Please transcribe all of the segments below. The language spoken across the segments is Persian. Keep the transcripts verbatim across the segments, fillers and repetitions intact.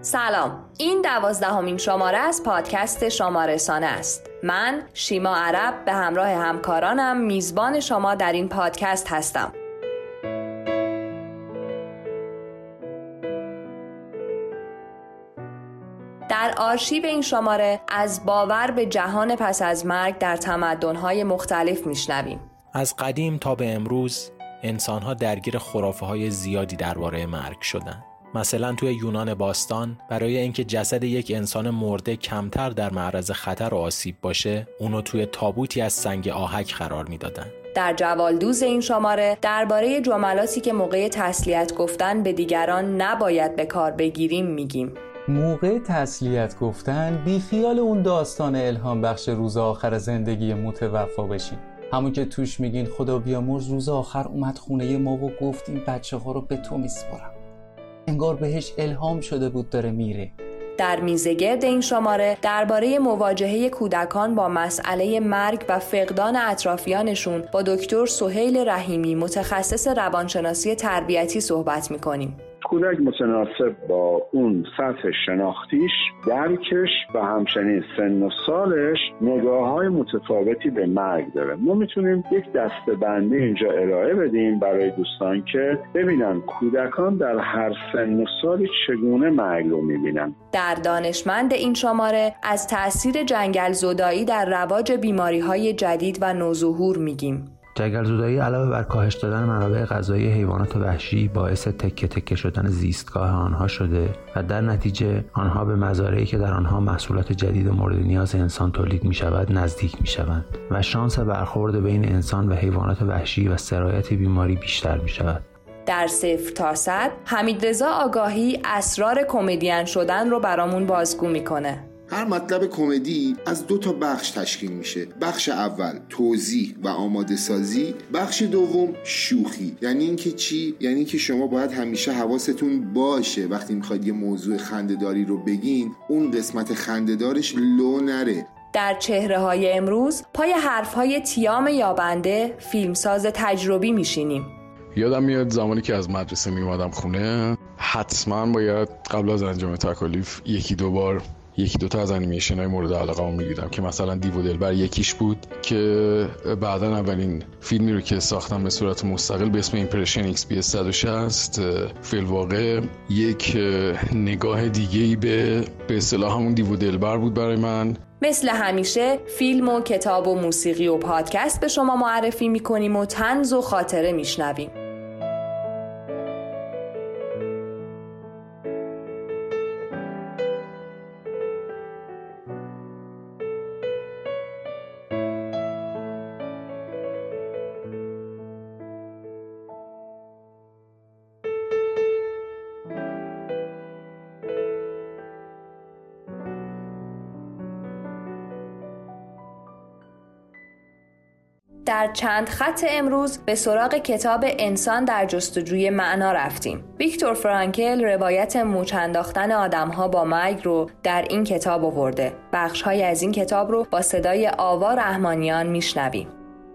سلام، این دوازدهمین شماره از پادکست شما رسانه است. من شیما عرب به همراه همکارانم میزبان شما در این پادکست هستم. در آرشیو این شماره از باور به جهان پس از مرگ در تمدن‌های مختلف میشنویم. از قدیم تا به امروز انسان‌ها درگیر خرافه‌های زیادی درباره مرگ شدند. مثلا توی یونان باستان برای اینکه جسد یک انسان مرده کمتر در معرض خطر و آسیب باشه، اونو توی تابوتی از سنگ آهک قرار میدادن. در جوالدوز این شماره درباره جملاتی که موقع تسلیت گفتن به دیگران نباید به کار بگیریم میگیم. موقع تسلیت گفتن بی خیال اون داستان الهام بخش روز آخر زندگی متوفا بشین. همون که توش میگین خدا بیامرز روز آخر اومد خونه ما و گفت این بچه ها رو به تو میسپارم. انگار بهش الهام شده بود داره میره. در میزگرد این شماره درباره مواجهه کودکان با مسئله مرگ و فقدان اطرافیانشون با دکتر سهیل رحیمی متخصص روانشناسی تربیتی صحبت میکنیم. کودک متناسب با اون سطح شناختیش، درکش و همچنین سن و سالش نگاه‌های متفاوتی به مرگ داره. ما میتونیم یک دسته‌بندی اینجا ارائه بدیم برای دوستان که ببینن کودکان در هر سن و سالی چگونه مرگ رو میبینن. در دانشمند این شماره از تأثیر جنگل زدایی در رواج بیماری‌های جدید و نوظهور میگیم. جنگل‌زدایی علاوه بر کاهش دادن منابع غذایی حیوانات وحشی باعث تکه تکه شدن زیستگاه آنها شده و در نتیجه آنها به مزارعی که در آنها محصولات جدید مورد نیاز انسان تولید می‌شود نزدیک می‌شوند و شانس برخورد بین انسان و حیوانات وحشی و سرایت بیماری بیشتر می‌شود. در صفر تا صد حمیدرضا آگاهی اسرار کمدین شدن رو برامون بازگو میکنه. هر مطلب کمدی از دو تا بخش تشکیل میشه. بخش اول توضیح و آماده سازی، بخش دوم شوخی. یعنی اینکه چی؟ یعنی اینکه شما باید همیشه حواستون باشه وقتی میخواید یه موضوع خنده‌داری رو بگین اون قسمت خنده‌دارش لو نره. در چهره‌های امروز پای حرف‌های تیام یابنده فیلمساز تجربی میشینیم. یادم میاد زمانی که از مدرسه میومدم خونه حتما باید قبل از انجام تکالیف یکی دو بار یکی دوتا از انیمیشن های مورد علاقه هم میدیدم که مثلا دیو و دلبر یکیش بود که بعدا اولین فیلمی رو که ساختم به صورت مستقل به اسم ایمپرشن ایکس پی اس صد و شصت فی الواقع یک نگاه دیگه‌ای به به اصطلاح همون دیو و دلبر بود برای من. مثل همیشه فیلم و کتاب و موسیقی و پادکست به شما معرفی میکنیم و طنز و خاطره میشنویم. در چند خط امروز به سراغ کتاب انسان در جستجوی معنا رفتیم. ویکتور فرانکل روایت موچ انداختن آدم‌ها با مرگ رو در این کتاب آورده. بخش‌های از این کتاب رو با صدای آوا رحمانیان میشنویم.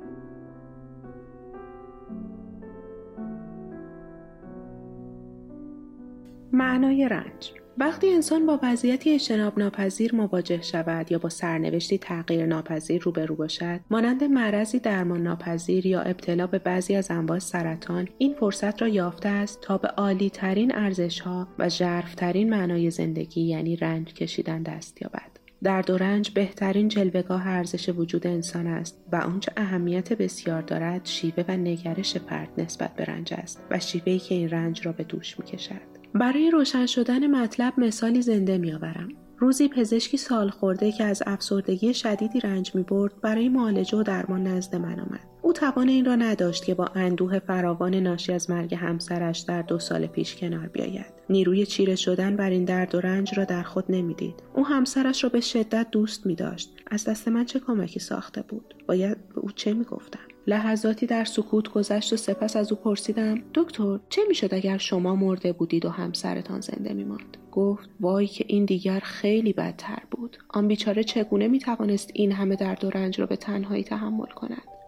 معنای رنج. وقتی انسان با وضعیتی اجتناب ناپذیر مواجه شود یا با سرنوشتی تغییر ناپذیر روبرو باشد، مانند مرضی درمان ناپذیر یا ابتلا به بعضی از انواع سرطان، این فرصت را یافته است تا به عالی ترین ارزش‌ها و ژرف‌ترین معنای زندگی یعنی رنج کشیدن دست یابد. درد و رنج بهترین جلوه‌گاه ارزش وجود انسان است و آنچه اهمیت بسیار دارد شیوه و نگرش فرد نسبت به رنج است و شیوهی که این رنج را به دوش می‌کشد. برای روشن شدن مطلب مثالی زنده می‌آورم. روزی پزشکی سالخورده که از افسردگی شدیدی رنج می‌برد برای معالجه و درمان نزد من آمد. او توان این را نداشت که با اندوه فراوان ناشی از مرگ همسرش در دو سال پیش کنار بیاید. نیروی چیره شدن بر این درد و رنج را در خود نمی‌دید. او همسرش را به شدت دوست می‌داشت. از دست من چه کمکی ساخته بود؟ باید به او چه می‌گفتم؟ لحظاتی در سکوت گذشت و سپس از او پرسیدم: دکتر، چه میشد اگر شما مرده بودید و همسرتان زنده میماند؟ گفت: وای که این دیگر خیلی بدتر بود. آن بیچاره چگونه میتوانست این همه درد و رنج را به تنهایی تحمل کند؟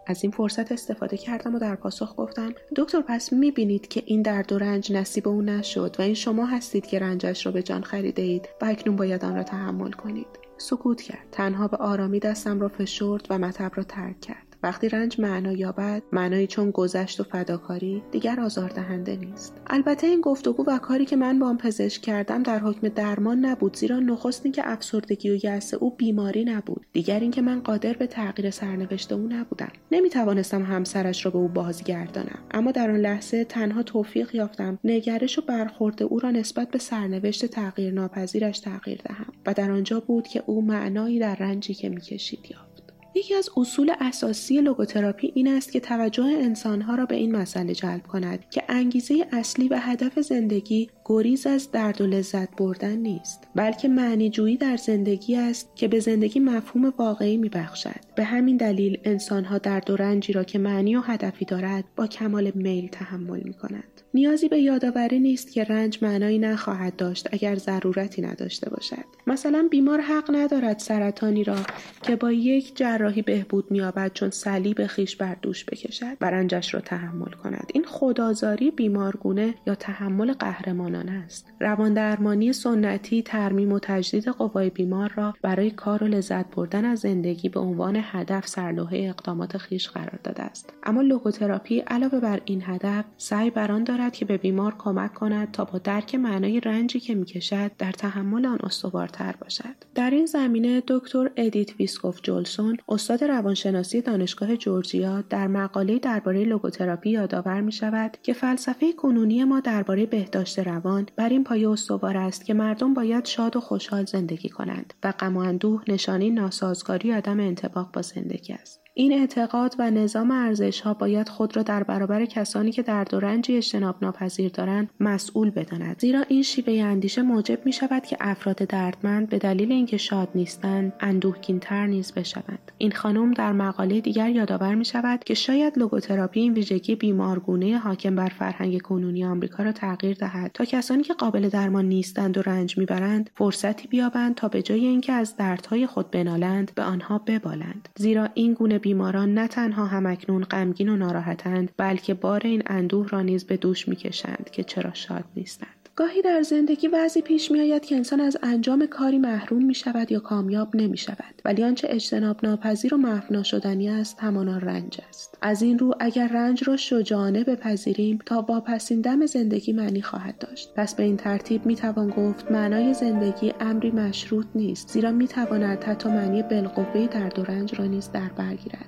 از این فرصت استفاده کردم و در پاسخ گفتم دکتر پس میبینید که این درد و رنج نصیب او نشد و این شما هستید که رنجش را به جان خریده اید و اکنون باید آن را تحمل کنید. سکوت کرد. تنها به آرامی دستم را فشرد و مطب را ترک کرد. وقتی رنج معنا یابد، معنایی چون گذشت و فداکاری، دیگر آزاردهنده نیست. البته این گفتگو و کاری که من با آن پزشک کردم در حکم درمان نبود، زیرا نخست این که افسردگی و یأس او بیماری نبود، دیگر این که من قادر به تغییر سرنوشت او نبودم. نمیتوانستم همسرش را به او بازگردانم، اما در آن لحظه تنها توفیق یافتم نگرش و برخورد او را نسبت به سرنوشت تغییر ناپذیرش تغییر دهم و در آنجا بود که او معنایی در رنجی که میکشید یافت. یکی از اصول اساسی لوگوتراپی این است که توجه انسانها را به این مسئله جلب کند که انگیزه اصلی و هدف زندگی گریز از درد و لذت بردن نیست، بلکه معنی جویی در زندگی است که به زندگی مفهوم واقعی میبخشد. به همین دلیل انسانها درد و رنجی را که معنی و هدفی دارد با کمال میل تحمل میکنند. نیازی به یادآوری نیست که رنج معنایی نخواهد داشت اگر ضرورتی نداشته باشد. مثلا بیمار حق ندارد سرطانی را که با یک جراحی بهبود می‌یابد چون صلیب خویش بر دوش بکشد و رنجش را تحمل کند. این خودآزاری بیمارگونه یا تحمل قهرمانانه است. رواندرمانی سنتی ترمیم و تجدید قوای بیمار را برای کار و لذت بردن از زندگی به عنوان هدف سرلوحه اقدامات خویش قرار داده است. اما لوگوتراپی علاوه بر این هدف سعی بر آن دارد که به بیمار کمک کند تا با درک معنای رنجی که می‌کشد در تحمل آن استوارتر باشد. در این زمینه دکتر ادیت ویسکوف جولسون، استاد روانشناسی دانشگاه جورجیا، در مقاله‌ای درباره لوگوتراپی یادآور می‌شود که فلسفه کنونی ما درباره بهداشت روان بر این پایه استوار است که مردم باید شاد و خوشحال زندگی کنند و غم و اندوه نشانه ناسازگاری و عدم انطباق با زندگی است. این اعتقاد و نظام ارزش‌ها باید خود را در برابر کسانی که درد و رنجی اجتناب ناپذیر دارند مسئول بداند، زیرا این شیوه اندیشه موجب می‌شود که افراد دردمند به دلیل اینکه شاد نیستند اندوهگین‌تر نیز بشوند. این خانم در مقاله دیگر یادآور می‌شود که شاید لوگوتراپی این ویژگی بیمارگونه حاکم بر فرهنگ کنونی آمریکا را تغییر دهد تا کسانی که قابل درمان نیستند و رنج می‌برند فرصتی بیابند تا به جای اینکه از دردهای خود بنالند به آنها ببالند، زیرا این گونه بیماران نه تنها همکنون غمگین و ناراحتند بلکه بار این اندوه را نیز به دوش می‌کشند که چرا شاد نیستند. گاهی در زندگی وضعی پیش می آید که انسان از انجام کاری محروم می شود یا کامیاب نمی شود، ولی آنچه اجتناب ناپذیر و محو ناشدنی است همان رنج است. از این رو اگر رنج را شجاعانه بپذیریم تا واپسین دم زندگی معنی خواهد داشت. پس به این ترتیب می توان گفت معنای زندگی امری مشروط نیست، زیرا می تواند حتی معنی بالقوه درد و رنج را نیز در بر گیرد.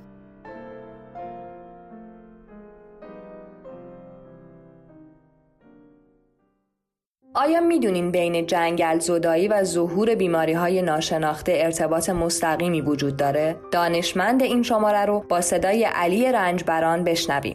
آیا میدونین بین جنگل زدایی و ظهور بیماری‌های ناشناخته ارتباط مستقیمی وجود داره؟ دانشمند این شماره رو با صدای علی رنجبران بشنویم.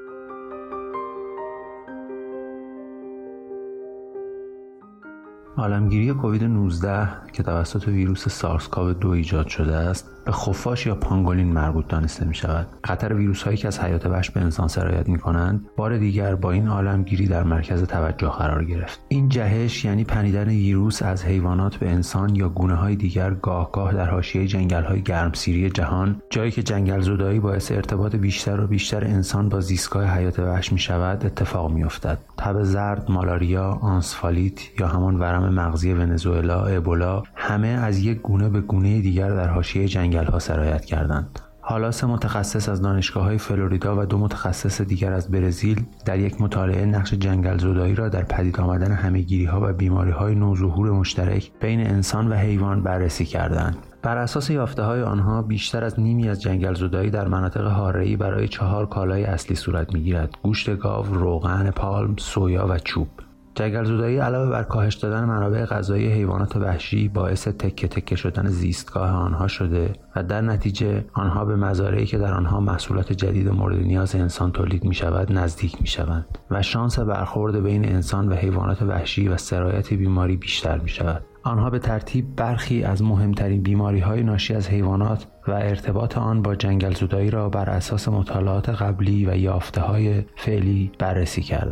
عالمگیری کووید نوزده که توسط ویروس سارس کاو دو ایجاد شده است به خفاش یا پانگولین مربوط دانسته می شود. خطر ویروس هایی که از حیات وحش به انسان سرایت می کنند بار دیگر با این عالمگیری در مرکز توجه قرار گرفت. این جهش یعنی پنیدن ویروس از حیوانات به انسان یا گونه های دیگر گاه گاه در حاشیه جنگل های گرمسیری جهان، جایی که جنگل زدایی باعث ارتباط بیشتر و بیشتر انسان با زیستگاه حیات وحش می شود اتفاق می افتد. تب زرد، مالاریا، آنسفالیت یا همان ورم مغزی ونزوئلا، ابولا همه از یک گونه به گونه دیگر در حاشیه جنگل ها سرایت کردند. حالا سه متخصص از دانشگاه‌های فلوریدا و دو متخصص دیگر از برزیل در یک مطالعه نقش جنگل زدایی را در پدید آمدن همه‌گیری‌ها و بیماری‌های نوظهور مشترک بین انسان و حیوان بررسی کردند. بر اساس یافته‌های آنها بیشتر از نیمی از جنگل زدایی در مناطق حاره‌ای برای چهار کالای اصلی صورت می‌گیرد: گوشت گاو، روغن پالم، سویا و چوب. جنگل زدایی علاوه بر کاهش دادن منابع غذایی حیوانات وحشی باعث تکه تکه شدن زیستگاه آنها شده و در نتیجه آنها به مزارعی که در آنها محصولات جدید مورد نیاز انسان تولید می شود نزدیک می شوند و شانس برخورد بین انسان و حیوانات وحشی و سرایت بیماری بیشتر می شود. آنها به ترتیب برخی از مهمترین بیماری‌های ناشی از حیوانات و ارتباط آن با جنگل زدایی را بر اساس مطالعات قبلی و یافته‌های فعلی بررسی کردند.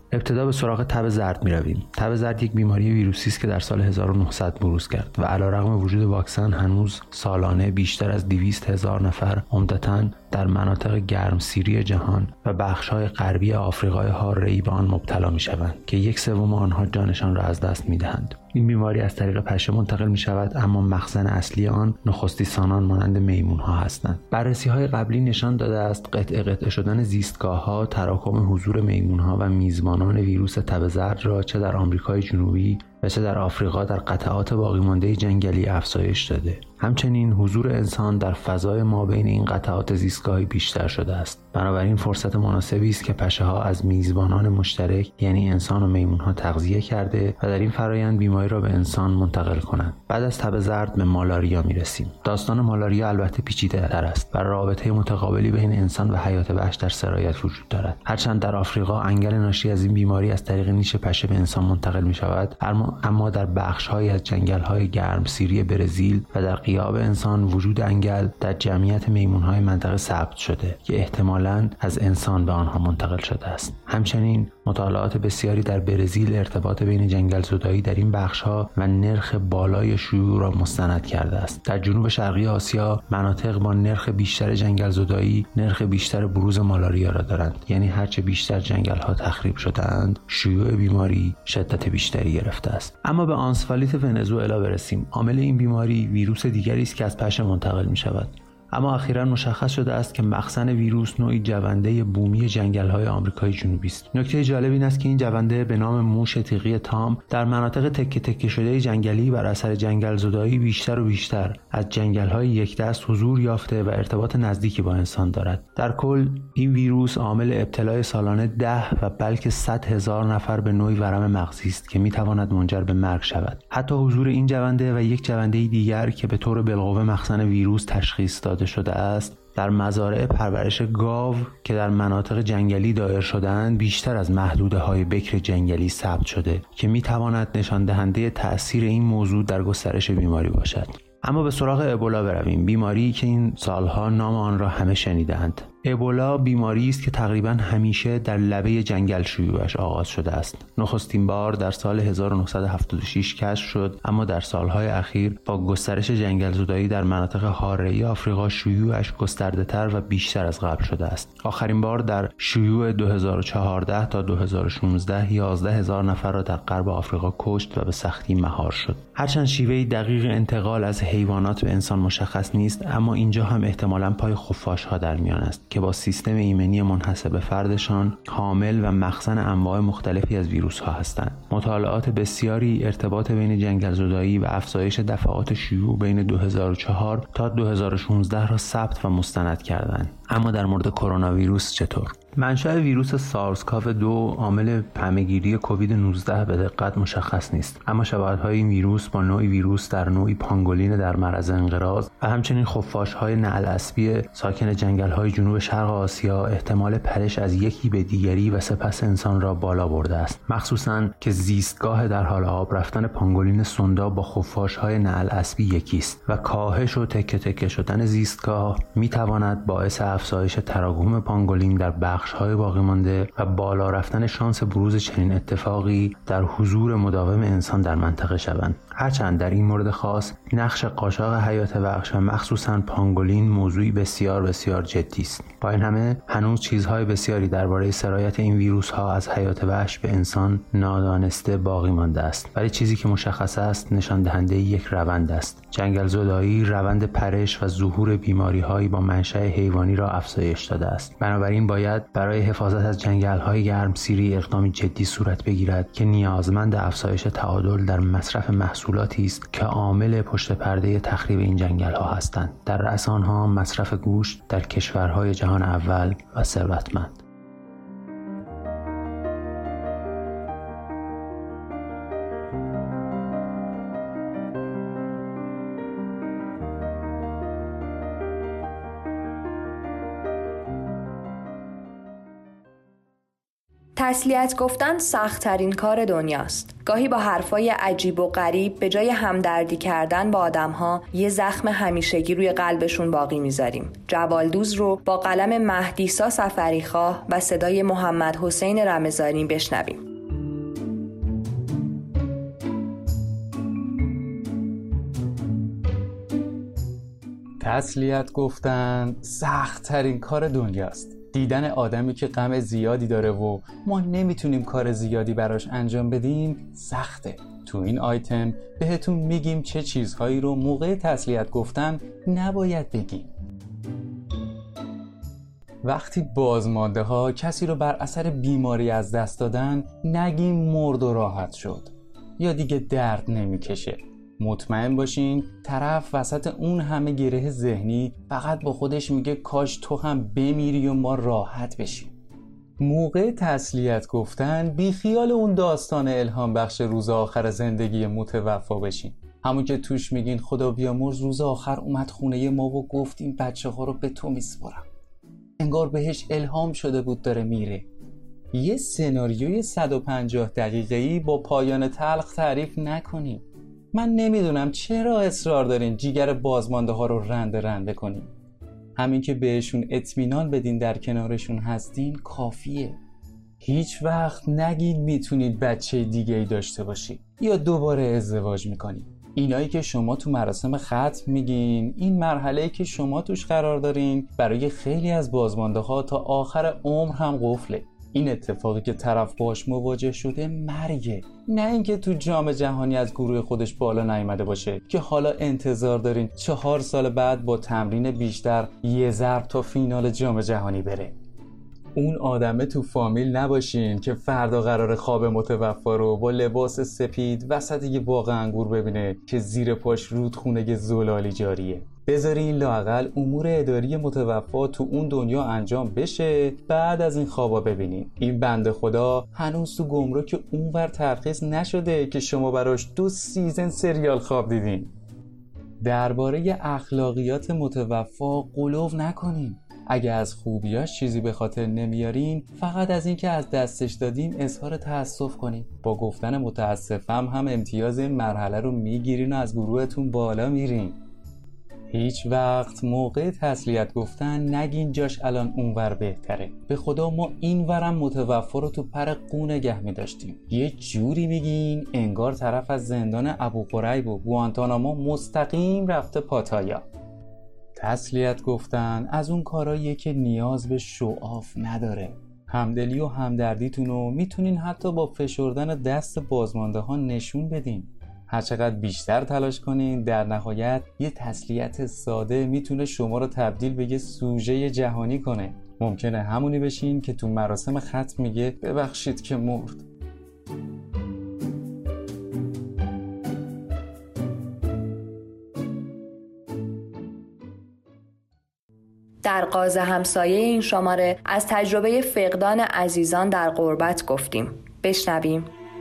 ابتدا به سراغ تب زرد می‌رویم. تب زرد یک بیماری ویروسی است که در سال هزار و نهصد بروز کرد و علیرغم وجود واکسن هنوز سالانه بیشتر از دویست هزار نفر عمدتاً در مناطق گرمسیری جهان و بخش‌های غربی آفریقای حاره‌ای به آن مبتلا می‌شوند که یک سوم آنها جانشان را از دست می‌دهند. این بیماری از طریق پشه منتقل می‌شود، اما مخزن اصلی آن نخستی سانان مانند میمون‌ها هستند. بررسی‌های قبلی نشان داده است قطع قطع شدن زیستگاه‌ها، تراکم حضور میمون‌ها و میزبانان ویروس تب زرد را چه در آمریکای جنوبی و چه در آفریقا در قطعات باقی مانده جنگلی افزایش داده. همچنین حضور انسان در فضای مابین این قطعات زیستگاهی بیشتر شده است. بنابراین فرصت مناسبی است که پشه‌ها از میزبانان مشترک یعنی انسان و میمون‌ها تغذیه کرده و در این فرایند بیماری را به انسان منتقل کنند. بعد از تب زرد به مالاریا میرسیم. داستان مالاریا البته پیچیده‌تر است و رابطه متقابلی بین انسان و حیات وحش در سرایت وجود دارد. هرچند در آفریقا انگل ناشی از این بیماری از طریق نیش پشه به انسان منتقل می‌شود، اما اما در بخش‌هایی از جنگل‌های گرمسیری برزیل و در غیاب انسان وجود انگل در جمعیت میمون‌های منطقه ثبت شده که احتمالاً از انسان به آنها منتقل شده است. همچنین مطالعات بسیاری در برزیل ارتباط بین جنگل زدایی در این بخش‌ها و نرخ بالای شیوع را مستند کرده است. در جنوب شرقی آسیا مناطق با نرخ بیشتر جنگل زدایی نرخ بیشتر بروز مالاریا را دارند، یعنی هرچه بیشتر جنگل‌ها تخریب شده‌اند شیوع بیماری شدت بیشتری گرفته است. اما به آنسفالیت ونزوئلا برسیم. عامل این بیماری ویروس دیگری است که از پشه منتقل می شود. اما اخیراً مشخص شده است که مخزن ویروس نوعی جونده بومی جنگل‌های آمریکای جنوبی است. نکته جالب این است که این جونده به نام موش تیغی تام در مناطق تکه تکه شده جنگلی بر اثر جنگل زدایی بیشتر و بیشتر از جنگل‌های یکدست حضور یافته و ارتباط نزدیکی با انسان دارد. در کل این ویروس عامل ابتلای سالانه ده و بلکه صد هزار نفر به نوعی ورم مغزی است که می‌تواند منجر به مرگ شود. حتی حضور این جونده و یک جونده دیگر که به طور بالقوه مخزن ویروس تشخیص داده شده است در مزارع پرورش گاو که در مناطق جنگلی دایر شده‌اند بیشتر از محدوده های بکر جنگلی ثبت شده که می تواند نشان دهنده تأثیر این موضوع در گسترش بیماری باشد. اما به سراغ ابولا برویم، بیماری که این سالها نام آن را همه شنیدند. ابولا بیماری است که تقریباً همیشه در لبه جنگل شیوعش آغاز شده است. نخستین بار در سال هزار و نهصد و هفتاد و شش کشف شد، اما در سالهای اخیر با گسترش جنگل زدایی در مناطق حاره‌ای آفریقا شیوعش گسترده‌تر و بیشتر از قبل شده است. آخرین بار در شیوع دو هزار و چهارده تا دو هزار و شانزده یازده هزار نفر را در غرب آفریقا کشت و به سختی مهار شد. هرچند شیوه دقیق انتقال از حیوانات به انسان مشخص نیست، اما اینجا هم احتمالاً پای خفاش‌ها در میان است که با سیستم ایمنی منحصر به فردشان حامل و مخزن انواع مختلفی از ویروس ها هستند. مطالعات بسیاری ارتباط بین جنگل زدایی و افزایش دفعات شیوع بین دو هزار و چهار تا دو هزار و شانزده را ثبت و مستند کردند. اما در مورد کرونا ویروس چطور؟ منشأ ویروس سارس کاو دو عامل همه‌گیری کووید نوزده به دقت مشخص نیست، اما شباهت‌های این ویروس با نوعی ویروس در نوعی پانگولین در معرض انقراض و همچنین خفاش‌های نعل اسبی ساکن جنگل‌های جنوب شرق آسیا احتمال پرش از یکی به دیگری و سپس انسان را بالا برده است، مخصوصاً که زیستگاه در حال آب رفتن پانگولین سوندا با خفاش‌های نعل اسبی یکی است و کاهش و تکه تکه شدن زیستگاه می‌تواند باعث افزایش تراکم پانگولین در بخش‌های باقی مانده و بالا رفتن شانس بروز چنین اتفاقی در حضور مداوم انسان در منطقه شوند. هرچند در این مورد خاص نقش قاچاق حیات وحش و مخصوصاً پانگولین موضوعی بسیار بسیار جدی است. با این همه هنوز چیزهای بسیاری درباره سرایت این ویروس‌ها از حیات وحش به انسان نادانسته باقی مانده است، ولی چیزی که مشخص است نشان دهنده یک روند است. جنگل زدایی روند پرش و ظهور بیماری‌هایی با منشأ حیوانی را افزایش داده است. بنابراین باید برای حفاظت از جنگل‌های گرمسیری اقدامی جدی صورت بگیرد که نیازمند افزایش تعادل در مصرف محصولاتی است که عامل پشت پرده تخریب این جنگل‌ها هستند. در رأس آنها مصرف گوشت در کشورهای جهان اول و ثروتمند. تسلیت گفتن سخت‌ترین کار دنیاست. گاهی با حرفای عجیب و غریب به جای همدردی کردن با آدم‌ها یه زخم همیشگی روی قلبشون باقی میذاریم. جوالدوز رو با قلم مهدیسا سفریخواه و صدای محمد حسین رمضانی بشنویم. تسلیت گفتن سخت ترین کار دنیاست. دیدن آدمی که غم زیادی داره و ما نمیتونیم کار زیادی براش انجام بدیم سخته. تو این آیتم بهتون میگیم چه چیزهایی رو موقع تسلیت گفتن نباید بگیم. وقتی بازمانده ها کسی رو بر اثر بیماری از دست دادن نگیم مرد و راحت شد یا دیگه درد نمیکشه. مطمئن باشین طرف وسط اون همه گره ذهنی فقط با خودش میگه کاش تو هم بمیری و ما راحت بشیم. موقع تسلیت گفتن بی خیال اون داستان الهام بخش روز آخر زندگی متوفا بشین. همون که توش میگین خدا بیامرز روز آخر اومد خونه ما و گفت این بچه ها رو به تو میسپارم. انگار بهش الهام شده بود داره میره. یه سناریوی صد و پنجاه دقیقه‌ای با پایان تلخ تعریف نکنیم. من نمیدونم چرا اصرار دارین جیگر بازمانده ها رو رنده رنده کنین. همین که بهشون اطمینان بدین در کنارشون هستین کافیه. هیچ وقت نگید میتونید بچه دیگه ای داشته باشید یا دوباره ازدواج میکنید. اینایی که شما تو مراسم ختم میگین، این مرحله‌ای که شما توش قرار دارین برای خیلی از بازمانده ها تا آخر عمر هم قفله. این اتفاقی که طرف باش مواجه شده مرگه، نه اینکه تو جام جهانی از گروه خودش بالا نیامده باشه که حالا انتظار دارین چهار سال بعد با تمرین بیشتر یه ضرب تا فینال جام جهانی بره. اون آدمه تو فامیل نباشین که فردا قرار خواب متوفا رو با لباس سپید وسط یه باغ انگور ببینه که زیر پاش رودخونه زلالی جاریه. بذارین لااقل امور اداری متوفا تو اون دنیا انجام بشه، بعد از این خوابا ببینین. این بنده خدا هنوز تو گمرک اونور ترخیص نشده که شما براش دو سیزن سریال خواب دیدین. درباره اخلاقیات متوفا غلو نکنین. اگه از خوبیاش چیزی به خاطر نمیارین، فقط از این که از دستش دادیم اظهار تأسف کنین. با گفتن متاسفم هم امتیاز این مرحله رو میگیرین و از گروهتون بالا میرین. هیچ وقت موقع تسلیت گفتن نگین جاش الان اونور بهتره. به خدا ما این ورم متوفا رو تو پر قو نگه می داشتیم. یه جوری میگین انگار طرف از زندان ابو غریب و گوانتانامو مستقیم رفته پاتایا. تسلیت گفتن از اون کاراییه که نیاز به شوآف نداره. همدلی و همدردیتون رو میتونین حتی با فشردن دست بازمانده ها نشون بدین. هرچقدر بیشتر تلاش کنین در نهایت یه تسلیت ساده میتونه شما رو تبدیل به یه سوژه جهانی کنه. ممکنه همونی بشین که تو مراسم ختم میگه ببخشید که مرد. در غاز همسایه این شماره از تجربه فقدان عزیزان در غربت گفتیم. بشنویم.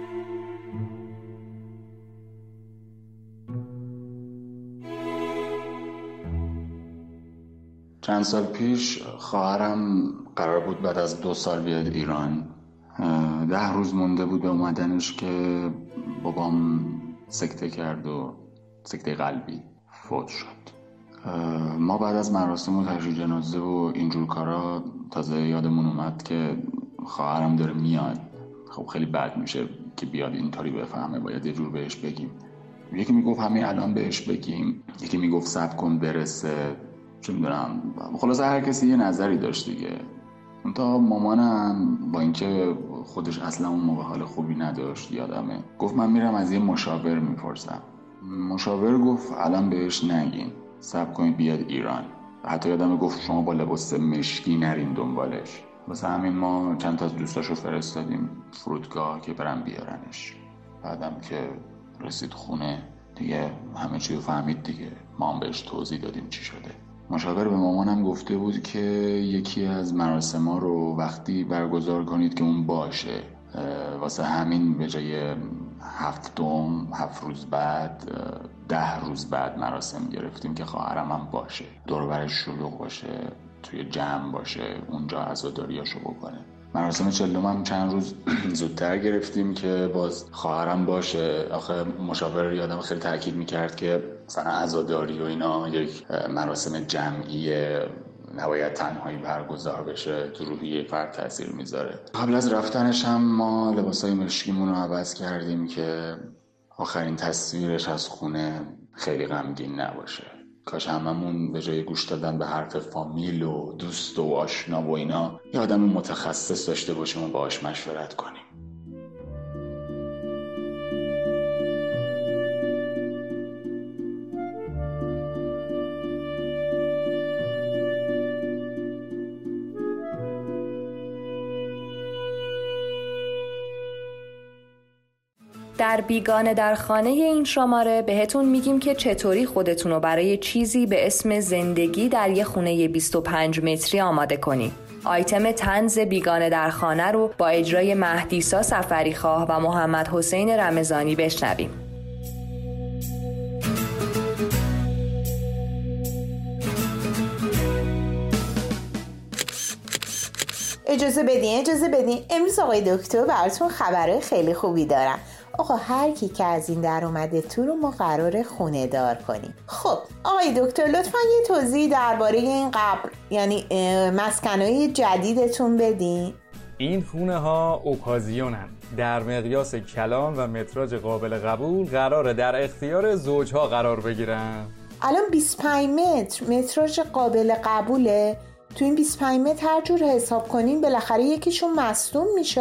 چند سال پیش خواهرم قرار بود بعد از دو سال بیاد ایران. ده روز مونده بود به اومدنش که بابام سکته کرد و سکته قلبی فوت شد. ما بعد از مراسم و تشییع جنازه و اینجور کارا تازه یادمون اومد که خواهرم داره میاد. خب خیلی بد میشه که بیاد اینطوری بفهمه، باید یه جور بهش بگیم. یکی میگفت همین الان بهش بگیم، یکی میگفت صبر کن برسه، چه میدونم. خلاصه هر کسی یه نظری داشت دیگه. تا مامانم با اینکه خودش اصلا اون موقع حال خوبی نداشت یادمه، گفت من میرم از یه مشاور میپرسم. مشاور گفت الان بهش نگین، صبر کنید بیاد ایران. حتی یادمه گفت شما با لباس مشکی نرین دنبالش. واسه همین ما چند تا از دوستاشو فرستادیم فرودگاه که برن بیارنش. بعدم که رسید خونه دیگه همه چی رو فهمید دیگه. ما هم بهش توضیح دادیم چی شده. مشاور به مامانم گفته بود که یکی از مراسم‌ها رو وقتی برگزار کنید که اون باشه. واسه همین به جای هفت دوم هفت روز بعد ده روز بعد مراسم گرفتیم که خواهرم هم باشه، دور و برش شلوغ باشه، توی جمع باشه، اونجا عزاداریاشو بکنه. مراسم چلم هم چند روز زودتر گرفتیم که باز خواهرم باشه. آخه مشاور یادم خیلی تاکید میکرد که مثلا عزاداری و اینا یک مراسم جمعیه، نباید تنهایی برگزار بشه، تو روحیه فرد تاثیر میذاره. قبل از رفتنش هم ما لباسای مشکیمون رو عوض کردیم که آخرین تصویرش از خونه خیلی غمگین نباشه. کاش هممون به جای گوش دادن به حرف فامیل و دوست و آشنا و اینا یه آدم متخصص داشته باشیم و باهاش مشورت کنیم. در بیگانه در خانه این شماره بهتون میگیم که چطوری خودتون رو برای چیزی به اسم زندگی در یه خونه بیست و پنج متری آماده کنین. آیتم طنز بیگانه در خانه رو با اجرای مهدیسا سفریخواه و محمد حسین رمضانی بشنویم. اجازه بدین اجازه بدین امروز آقای دکتر براتون خبرهای خیلی خوبی دارم. آقا هر کی که از این در اومده تو رو ما قراره خونه دار کنیم. خب آقای دکتر لطفا یه توضیح درباره این قبر یعنی مسکنهای جدیدتون بدین. این خونه ها اوکازیونن، در مقیاس کلان و متراژ قابل قبول قراره در اختیار زوجها قرار بگیرن. الان بیست و پنج متر متراژ قابل قبوله. تو این بیست و پنج متر هر جور حساب کنین بالاخره یکیشون مصدوم میشه.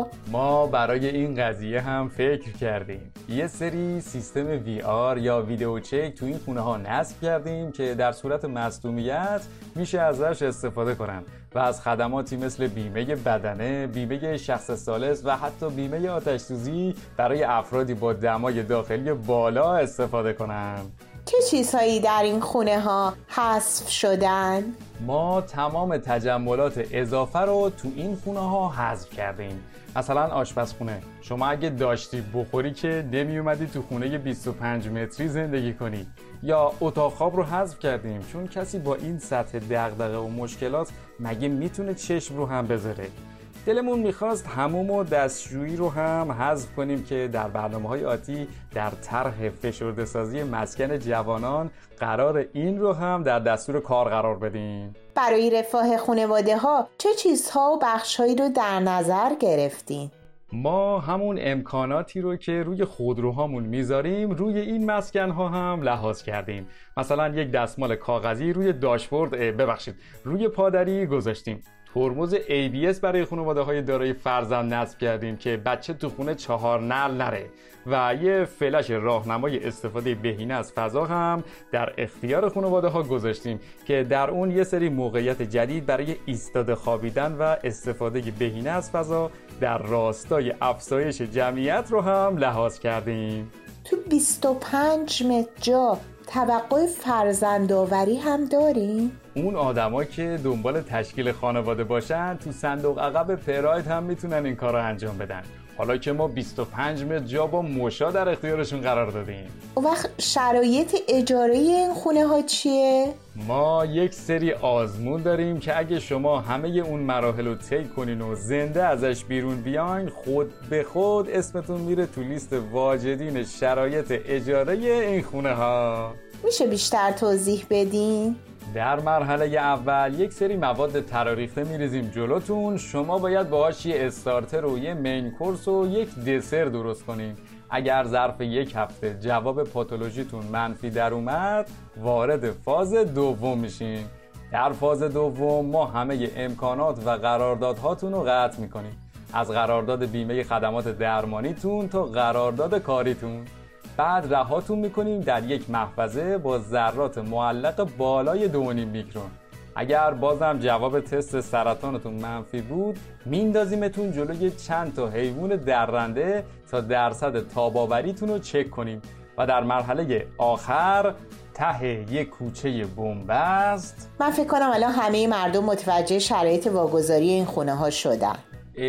ما برای این قضیه هم فکر کردیم. یه سری سیستم وی آر یا ویدیو چک تو این خونه ها نصب کردیم که در صورت مصدومیت میشه ازش استفاده کنن و از خدماتی مثل بیمه بدنه، بیمه شخص ثالث و حتی بیمه آتش سوزی برای افرادی با دمای داخلی بالا استفاده کنن. چه چیزهایی در این خونه ها حذف شدن؟ ما تمام تجملات اضافه رو تو این خونه ها حذف کردیم. مثلا آشپزخونه، شما اگه داشتی بخوری که نمی اومدی تو خونه بیست و پنج متری زندگی کنی. یا اتاق خواب رو حذف کردیم چون کسی با این سطح دغدغه و مشکلات مگه میتونه چشم رو هم بذاره. دلمون میخواست حموم و دستشویی رو هم حذف کنیم که در برنامه‌های آتی در طرح فشرده سازی مسکن جوانان قرار این رو هم در دستور کار قرار بدیم. برای رفاه خانواده ها چه چیزها و بخشهایی رو در نظر گرفتین؟ ما همون امکاناتی رو که روی خودروهامون میذاریم روی این مسکن ها هم لحاظ کردیم. مثلا یک دستمال کاغذی روی داشبورد ببخشید روی پادری گذاشتیم. ترمز ای بی اس برای خانواده‌های دارای فرزند نصب کردیم که بچه تو خونه چهار نعل نره و یه فلش راهنمای استفاده بهینه از فضا هم در اختیار خانواده‌ها گذاشتیم که در اون یه سری موقعیت جدید برای ایستاده خوابیدن و استفاده بهینه از فضا در راستای افزایش جمعیت رو هم لحاظ کردیم. تو بیست و پنج متر جا توقع فرزندآوری هم داریم؟ اون آدما که دنبال تشکیل خانواده باشن تو صندوق عقب پراید هم میتونن این کار رو انجام بدن. حالا که ما بیست و پنج متر جا با مشا در اختیارشون قرار دادیم. اون وقت شرایط اجاره این خونه ها چیه؟ ما یک سری آزمون داریم که اگه شما همه اون مراحل رو طی کنین و زنده ازش بیرون بیاین خود به خود اسمتون میره تو لیست واجدین شرایط اجاره این خونه ها. میشه بیشتر توضیح بدین؟ در مرحله اول یک سری مواد تراریخته میریزیم جلوتون. شما باید باهاش یه استارتر و یه مین کورس و یک دسر درست کنین. اگر ظرف یک هفته جواب پاتولوژیتون منفی در اومد وارد فاز دوم میشین. در فاز دوم ما همه امکانات و قراردادهاتون رو قطع میکنیم، از قرارداد بیمه خدمات درمانیتون تا قرارداد کاریتون. بعد رهاتون میکنیم در یک محفظه با ذرات معلق بالای دو و نیم میکرون. اگر بازم جواب تست سرطانتون منفی بود میندازیمتون جلوی چند تا حیوان درنده تا درصد تاباوریتون رو چک کنیم و در مرحله آخر ته یک کوچه بن‌بست. من فکر کنم الان همه مردم متوجه شرایط واگذاری این خونه ها شدن.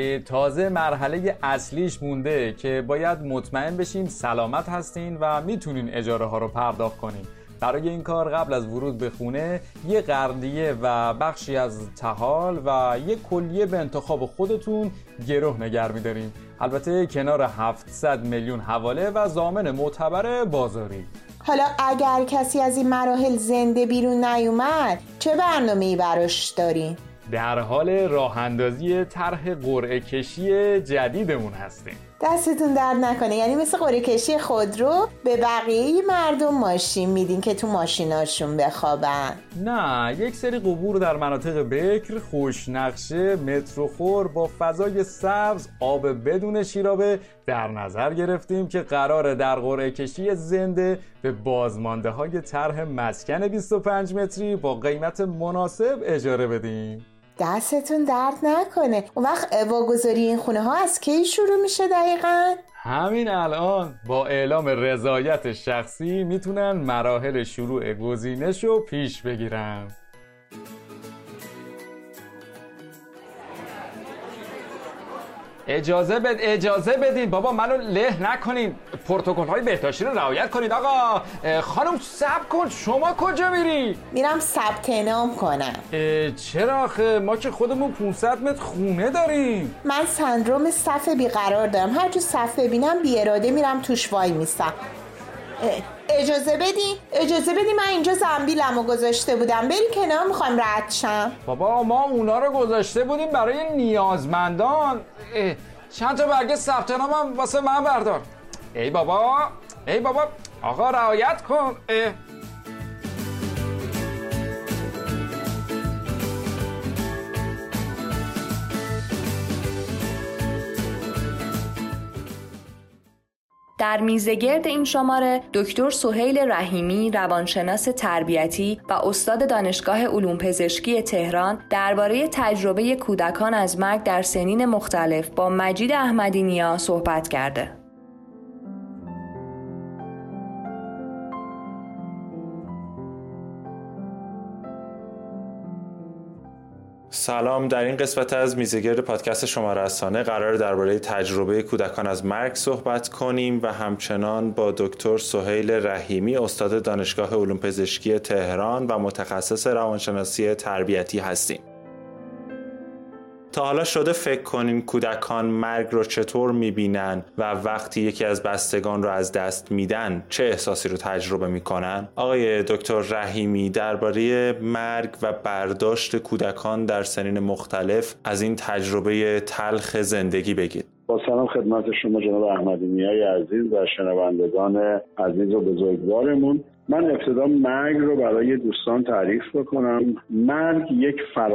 تازه مرحله اصلیش مونده که باید مطمئن بشیم سلامت هستین و میتونین اجاره ها رو پرداخت کنین. برای این کار قبل از ورود به خونه یه قرنیه و بخشی از طحال و یه کلیه به انتخاب خودتون گروه نگر می‌داریم، البته کنار هفتصد میلیون حواله و ضامن معتبر بازاری. حالا اگر کسی از این مراحل زنده بیرون نیومد چه برنامه‌ای براش دارین؟ در حال راه اندازی طرح قرعه کشی جدیدمون هستیم. دستتون درد نکنه، یعنی مثل قرعه کشی خودرو به بقیه مردم ماشین میدین که تو ماشیناشون بخوابن؟ نه، یک سری قبور در مناطق بکر، خوشنقشه، متروخور با فضای سبز، آب بدون شیرابه در نظر گرفتیم که قراره در قرعه کشی زنده به بازمانده های طرح مسکن بیست و پنج متری با قیمت مناسب اجاره بدیم. دستتون درد نکنه. اون وقت واگذاری این خونه ها از کی شروع میشه دقیقاً؟ همین الان با اعلام رضایت شخصی میتونن مراحل شروع گزینش رو پیش بگیرن. اجازه بد اجازه بدین بابا، منو له نکنین، پروتکل های بهداشتی رو رعایت کنید. آقا خانم صبر کن، شما کجا میری؟ میرم ثبت نام کنم. چرا آخه؟ ما که خودمون پانصد متر خونه داریم. من سندروم صف بیقرار دارم، هر جو صف ببینم بی اراده میرم توش وای میستم. اجازه بدین اجازه بدین من اینجا زنبیلمو گذاشته بودم، بری کنار، میخوام رد شم. بابا ما اونا رو گذاشته بودیم برای نیازمندان. چند تا برگه ثبت نامم واسه من بردار. ای بابا ای بابا آقا رعایت کن. اه. در میزگرد این شماره دکتر سهیل رحیمی، روانشناس تربیتی و استاد دانشگاه علوم پزشکی تهران درباره تجربه کودکان از مرگ در سنین مختلف با مجید احمدی نیا صحبت کرده. سلام، در این قسمت از میزگرد پادکست شما رسانه قرار درباره تجربه کودکان از مرگ صحبت کنیم و همچنان با دکتر سهیل رحیمی، استاد دانشگاه علوم پزشکی تهران و متخصص روانشناسی تربیتی هستیم. تا حالا شده فکر کنین کودکان مرگ رو چطور میبینن و وقتی یکی از بستگان رو از دست میدن چه احساسی رو تجربه میکنن؟ آقای دکتر رحیمی درباره مرگ و برداشت کودکان در سنین مختلف از این تجربه تلخ زندگی بگید. با سلام خدمت شما جناب احمدی نیای عزیز و شنوندگان عزیز و بزرگوارمون. من ابتدا مرگ رو برای دوستان تعریف بکنم. مرگ یک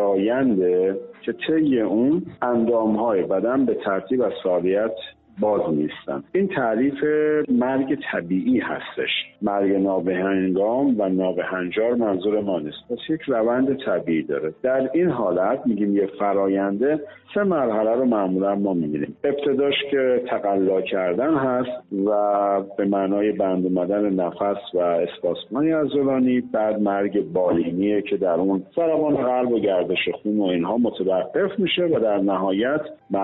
فراینده که طی اون اندامهای بدن به ترتیب از فعالیت باز نیستن. این تعریف مرگ طبیعی هستش. مرگ نابهنگام و نابهنجار منظور ما نیست. پس یک روند طبیعی داره. در این حالت میگیم یه فراینده. سه مرحله رو معمولا ما میبینیم. ابتداش که تقلا کردن هست و به معنای بند اومدن نفس و اسپاسمای عضلانی. بعد مرگ بالینیه که در اون ضربان قلب و گردش خون و اینها متوقف میشه و در نهایت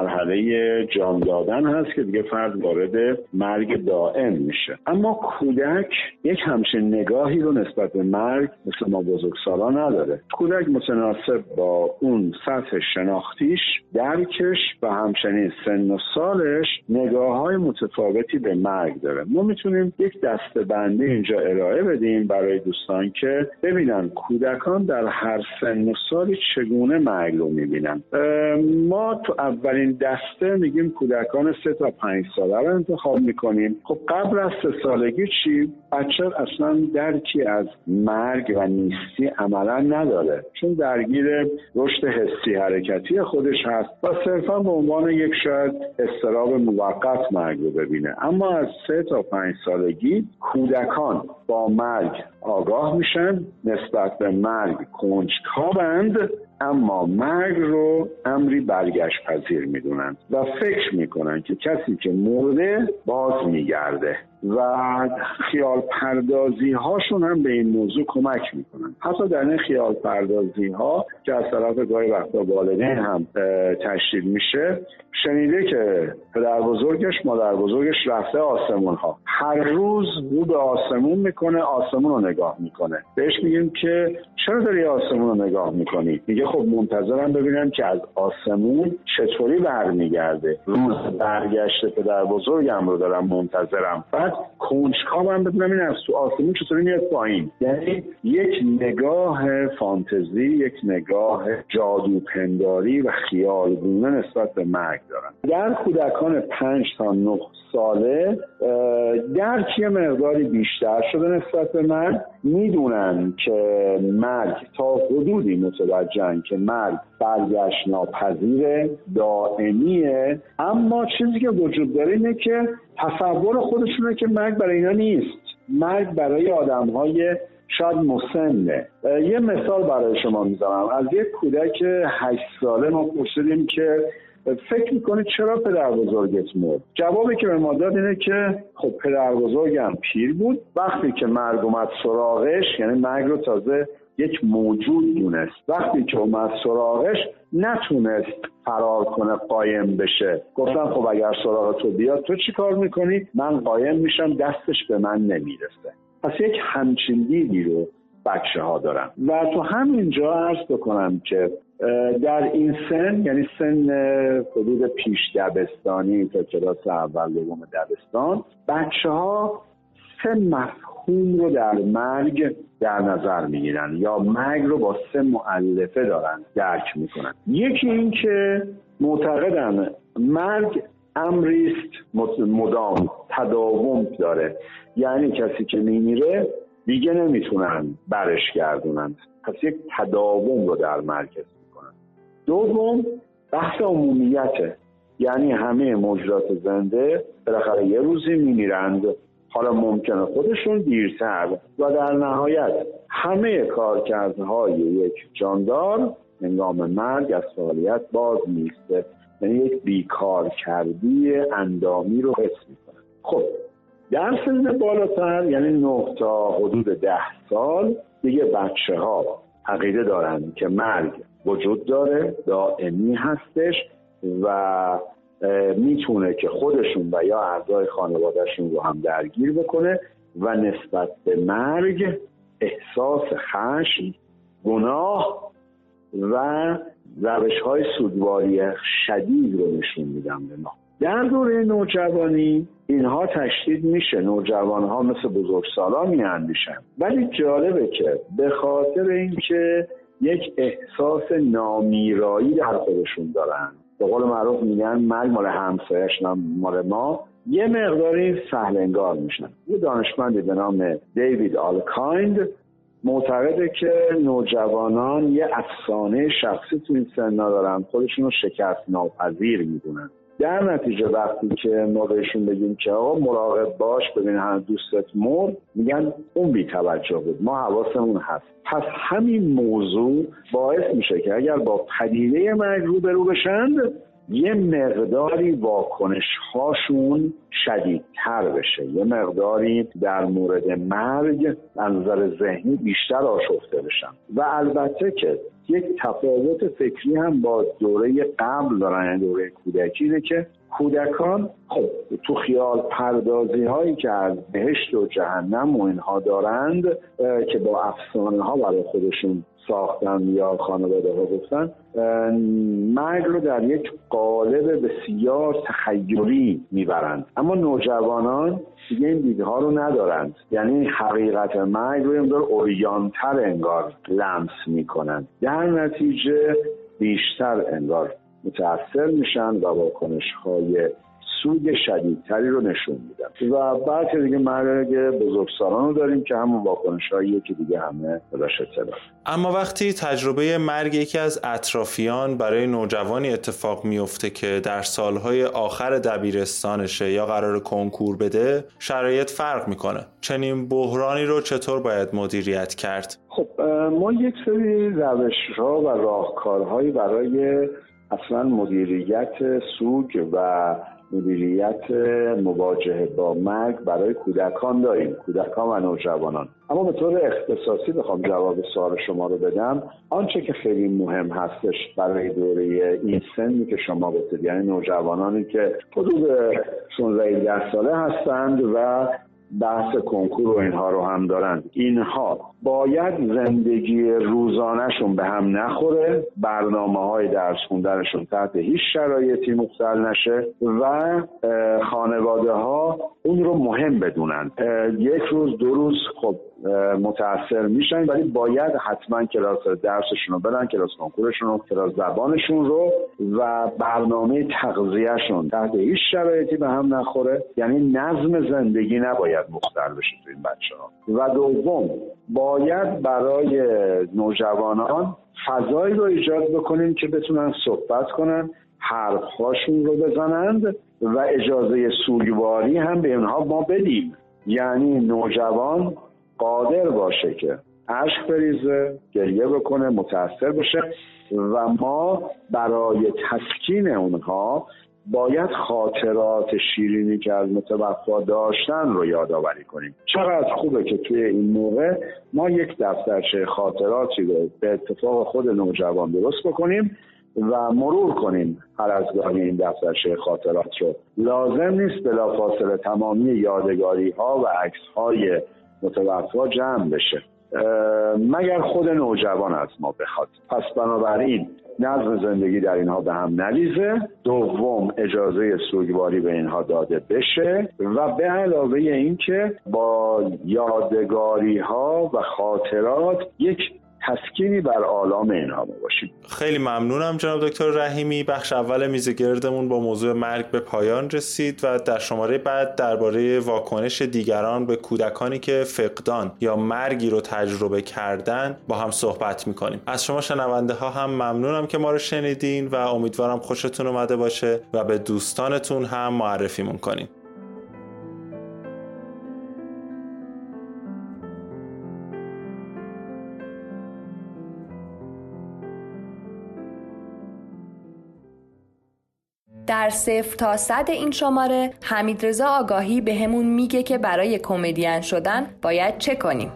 مرحله جان دادن هست که دیگه فرد وارد مرگ دائم میشه. اما کودک یک همچین نگاهی رو نسبت به مرگ مثل ما بزرگسالان نداره. کودک متناسب با اون سطح شناختیش، درکش و همچنین سن و سالش نگاه‌های متفاوتی به مرگ داره. ما میتونیم یک دسته‌بندی اینجا ارائه بدیم برای دوستان که ببینن کودکان در هر سن و سالی چگونه مرگ رو میبینن. ما تو اولین دسته میگیم کودکان سه تا پنج ساله رو انتخاب میکنیم. خب قبل از سه سالگی چی؟ بچه اصلا درکی از مرگ و نیستی عملا نداره، چون درگیر رشد حسی حرکتی خودش هست و صرفا به عنوان یک شاید اضطراب موقت مرگ رو ببینه. اما از سه تا پنج سالگی کودکان با مرگ آگاه میشن، نسبت به مرگ کنجکاوند، اما مرگ رو امری برگشت پذیر میدونن و فکر میکنن که کسی که مرده باز میگرده. و خیال پردازی هاشون هم به این موضوع کمک میکنن. حتی در این خیال پردازی ها که از طرف گاهی وقتا والدین هم تشدید میشه، شنیده که پدر بزرگش مادر بزرگش رفته آسمون ها، هر روز رو به آسمون میکنه، آسمون رو نگاه میکنه. بهش میگیم که چرا داری آسمون رو نگاه میکنی؟ میگه خب منتظرم ببینم که از آسمون چطوری برمیگرده، روز برگشت پدر بزرگم رو دارم منتظرم، بعد کنجکاوم ببینم این از تو آسمون چطوری میاد پایین. یعنی یک نگاه فانتزی، یک نگاه جادوپنداری و خیالگونه نسبت به مرگ دارن. در کودکان پنج تا نه ساله درک یه مقداری بیشتر شده نسبت به مرگ، میدونن که مرگ تا حدودی متوجهن که مرگ برگشت ناپذیره، دائمیه، اما چیزی که وجود داره اینه که تصور خودشونه که مرگ برای اینا نیست، مرگ برای آدم‌های شاید مسنه. یه مثال برای شما میزنم. از یک کودک هشت ساله ما پرسیدیم که فکر میکنی چرا پدر بزرگت مرد؟ جوابی که به ما داد اینه که خب پدر بزرگم پیر بود، وقتی که مرگ اومد سراغش، یعنی مرگ رو تازه یک موجود دونست، وقتی که اومد سراغش نتونست فرار کنه، قایم بشه. گفتن خب اگر سراغ تو بیاد تو چی کار میکنی؟ من قایم میشم، دستش به من نمیرسه. پس یک همچین دیدی رو بچه ها دارن. و تو همینجا عرض بکنم که در این سن، یعنی سن حدود پیش دبستانی تا کلاس اول دوم دبستان، بچه ها سه مفهوم رو در مرگ در نظر میگیرن یا مرگ رو با سه مؤلفه دارن درک میکنن. یکی این که معتقدن مرگ امریست مدام، تداوم داره، یعنی کسی که میمیره دیگه نمیتونن برش گردونن، پس یک تداوم رو در مرکز میکنن. دوم بحث عمومیته، یعنی همه موجودات زنده بالاخره یه روزی میمیرند، حالا ممکنه خودشون دیرتر، و در نهایت همه کارکردهای یک جاندار هنگام مرگ از فعالیت باز میسته، یعنی یک بیکار کردی اندامی رو حس میکنه. خب در سن بالاتر، یعنی نه تا حدود ده سال، دیگه بچه ها عقیده دارن که مرگ وجود داره، دائمی هستش و میتونه که خودشون و یا اعضای خانوادهشون رو هم درگیر بکنه و نسبت به مرگ احساس خشم، گناه و روش‌های سوگواری شدید رو نشون میدن به ما. در دوره نوجوانی اینها تشدید میشه، نوجوانها مثل بزرگسالان میاندیشن، ولی جالبه که به خاطر اینکه یک احساس نامیرایی در خودشون دارن، به قول معروف میگن مرگ مال همسایه‌اش نه مال ما، یه مقداری سهل انگار میشن. یه دانشمندی به نام دیوید آلکایند معتقده که نوجوانان یه افسانه شخصی تو این سنا دارن، خودشون رو شکست ناپذیر میدونن. در نتیجه وقتی که ما بهشون بگیم که آقا مراقب باش ببین هم دوستت مرد، میگن اون بی توجه بود، ما حواسمون هست. پس همین موضوع باعث میشه که اگر با پدیده مرگ روبرو بشند، یه مقداری واکنش هاشون شدیدتر بشه، یه مقداری در مورد مرگ از نظر ذهنی بیشتر آشفته بشن. و البته که یک تفاوت فکری هم با دوره قبل دارن، یعنی دوره کودکی، اینه که کودکان خب تو خیال پردازی هایی که از بهشت و جهنم و اینها دارند که با افسانه ها برای خودشون ساختن یا خانواده ها گفتن، مرگ رو در یک قالب بسیار تخیلی میبرند. اما نوجوانان دیگه این دیدها رو ندارند، یعنی حقیقت مرگ رو یه اوریانتر انگار لمس میکنن، در نتیجه بیشتر انگار متأثر میشن و واکنش های سوگ شدیدتری رو نشون میدن. و بعد دیگه مرگ بزرگسالان رو داریم که همون واکنش هاییه که دیگه همه بهش اطلاع. اما وقتی تجربه مرگ یکی از اطرافیان برای نوجوانی اتفاق میفته که در سالهای آخر دبیرستانشه یا قرار کنکور بده، شرایط فرق میکنه. چنین بحرانی رو چطور باید مدیریت کرد؟ خب ما یک سری روش‌ها و راهکارهایی برای اصلا مدیریت سوگ و مدیریت مواجهه با مرگ برای کودکان داریم، کودکان و نوجوانان. اما به طور اختصاصی بخوام جواب سوال شما رو بدم، آنچه که خیلی مهم هستش برای دوره این سنی که شما گفتید، یعنی نوجوانانی که حدود شانزده ساله هستند و بحث کنکور و اینها رو هم دارند، اینها باید زندگی روزانهشون به هم نخوره، برنامه های درس خوندنشون تحت هیچ شرایطی مختل نشه و خانواده ها اون رو مهم بدونن. یک روز دو روز خب متاثر میشن، ولی باید حتما کلاس درسشون رو برن، کلاس کنکورشون رو، کلاس زبانشون رو و برنامه تغذیهشون تحت هیچ شرایطی به هم نخوره، یعنی نظم زندگی نباید مختل بشه تو این بچه ها. و دوم، باید برای نوجوانان فضایی رو ایجاد بکنیم که بتونن صحبت کنن، حرفهاشون رو بزنند و اجازه سوگواری هم به اونها ما بدیم، یعنی نوجوان قادر باشه که اشک بریزه، گریه بکنه، متاثر بشه و ما برای تسکین اونها باید خاطرات شیرینی که از متوفا داشتن رو یادآوری کنیم. چقدر خوبه که توی این موقع ما یک دفترچه خاطراتی رو به اتفاق خود نوجوان درست بکنیم و مرور کنیم هر از گاهی این دفترچه خاطرات رو. لازم نیست بلافاصله تمامی یادگاری ها و عکس های متوفا جمع بشه مگر خود نوجوان از ما بخواد. پس بنابراین نظم زندگی در اینها به هم نریزه. دوم، اجازه سوگواری به اینها داده بشه و به علاوه این که با یادگاری ها و خاطرات یک تسکینی بر آلام اینها باشیم. خیلی ممنونم جناب دکتر رحیمی. بخش اول میز گردمون با موضوع مرگ به پایان رسید و در شماره بعد درباره واکنش دیگران به کودکانی که فقدان یا مرگی رو تجربه کردن با هم صحبت میکنیم. از شما شنونده ها هم ممنونم که ما رو شنیدین و امیدوارم خوشتون اومده باشه و به دوستانتون هم معرفیمون کنین. در صفر تا صد این شماره حمیدرضا آگاهی به همون میگه که برای کمدین شدن باید چه کنیم.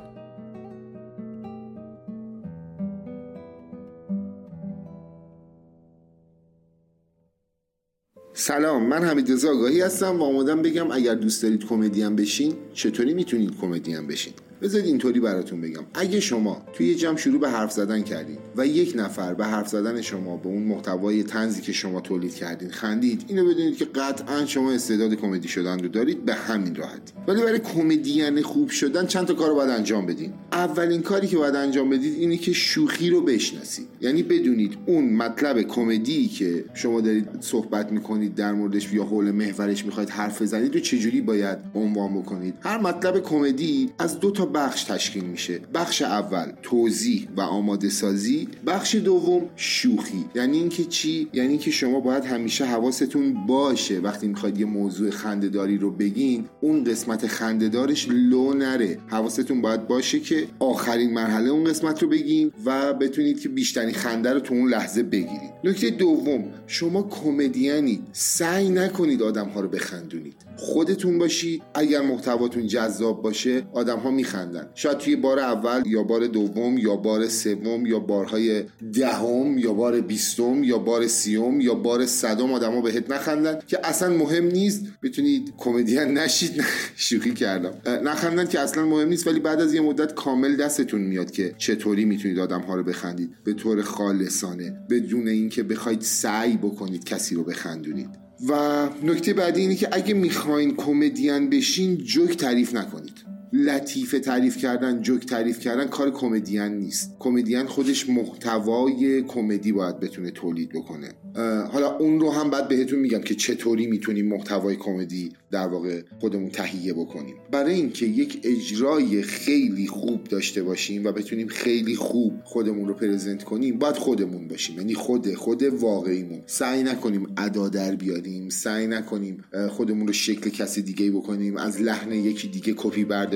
سلام، من حمیدرضا آگاهی هستم و آمادم بگم اگر دوست دارید کمدین بشین چطوری میتونید کمدین بشین. بذارید اینطوری براتون بگم، اگه شما توی یه جمع شروع به حرف زدن کردید و یک نفر به حرف زدن شما به اون محتوای طنزی که شما تولید کردین خندید، اینو بدونید که قطعا شما استعداد کمدی شدن رو دارید به همین راحتی. ولی برای کمدین خوب شدن چند تا کارو باید انجام بدین. اولین کاری که باید انجام بدید اینه که شوخی رو بشناسید، یعنی بدونید اون مطلب کمدی که شما دارید صحبت میکنید در موردش یا حول محورش میخواید حرف بزنید رو چجوری باید عنوان بکنید. هر مطلب کمدی از دو تا بخش تشکیل میشه. بخش اول توضیح و آماده سازی، بخش دوم شوخی. یعنی اینکه چی؟ یعنی اینکه شما باید همیشه حواستون باشه وقتی میخواید یه موضوع خنده‌داری رو بگین اون قسمت خنده‌دارش لو نره. حواستون باید باشه که آخرین مرحله اون قسمت رو بگین و بتونید که بیشترین خنده رو تو اون لحظه بگیرید. نکته دوم، شما کمدینید، سعی نکنید آدم‌ها رو بخندونید. خودتون باشید. اگر محتواتون جذاب باشه آدم‌ها میخندن. شاید توی بار اول یا بار دوم یا بار سوم یا بارهای دهم یا بار بیستم یا بار سیوم یا بار صدم آدم‌ها بهت نخندن که اصلا مهم نیست. بتونید کمدین نشید. شوخی کردم. نخندن که اصلا مهم نیست، ولی بعد از یه مدت کامل دستتون میاد که چطوری میتونید آدم‌ها رو بخندید به طور خالصانه بدون اینکه بخواید سعی بکنید کسی رو بخندونید. و نکته بعدی اینه که اگه میخواین کمدین بشین جوک تعریف نکنید. لطیفه تعریف کردن، جوک تعریف کردن کار کمدین نیست. کمدین خودش محتوای کمدی باید بتونه تولید بکنه. حالا اون رو هم بعد بهتون میگم که چطوری میتونیم محتوای کمدی در واقع خودمون تهیه بکنیم. برای اینکه یک اجرای خیلی خوب داشته باشیم و بتونیم خیلی خوب خودمون رو پرزنت کنیم باید خودمون باشیم، یعنی خود خود واقعیمون. سعی نکنیم ادا در بیاریم، سعی نکنیم خودمون رو شکل کسی دیگه بکنیم، از لحن یکی دیگه کپی برداریم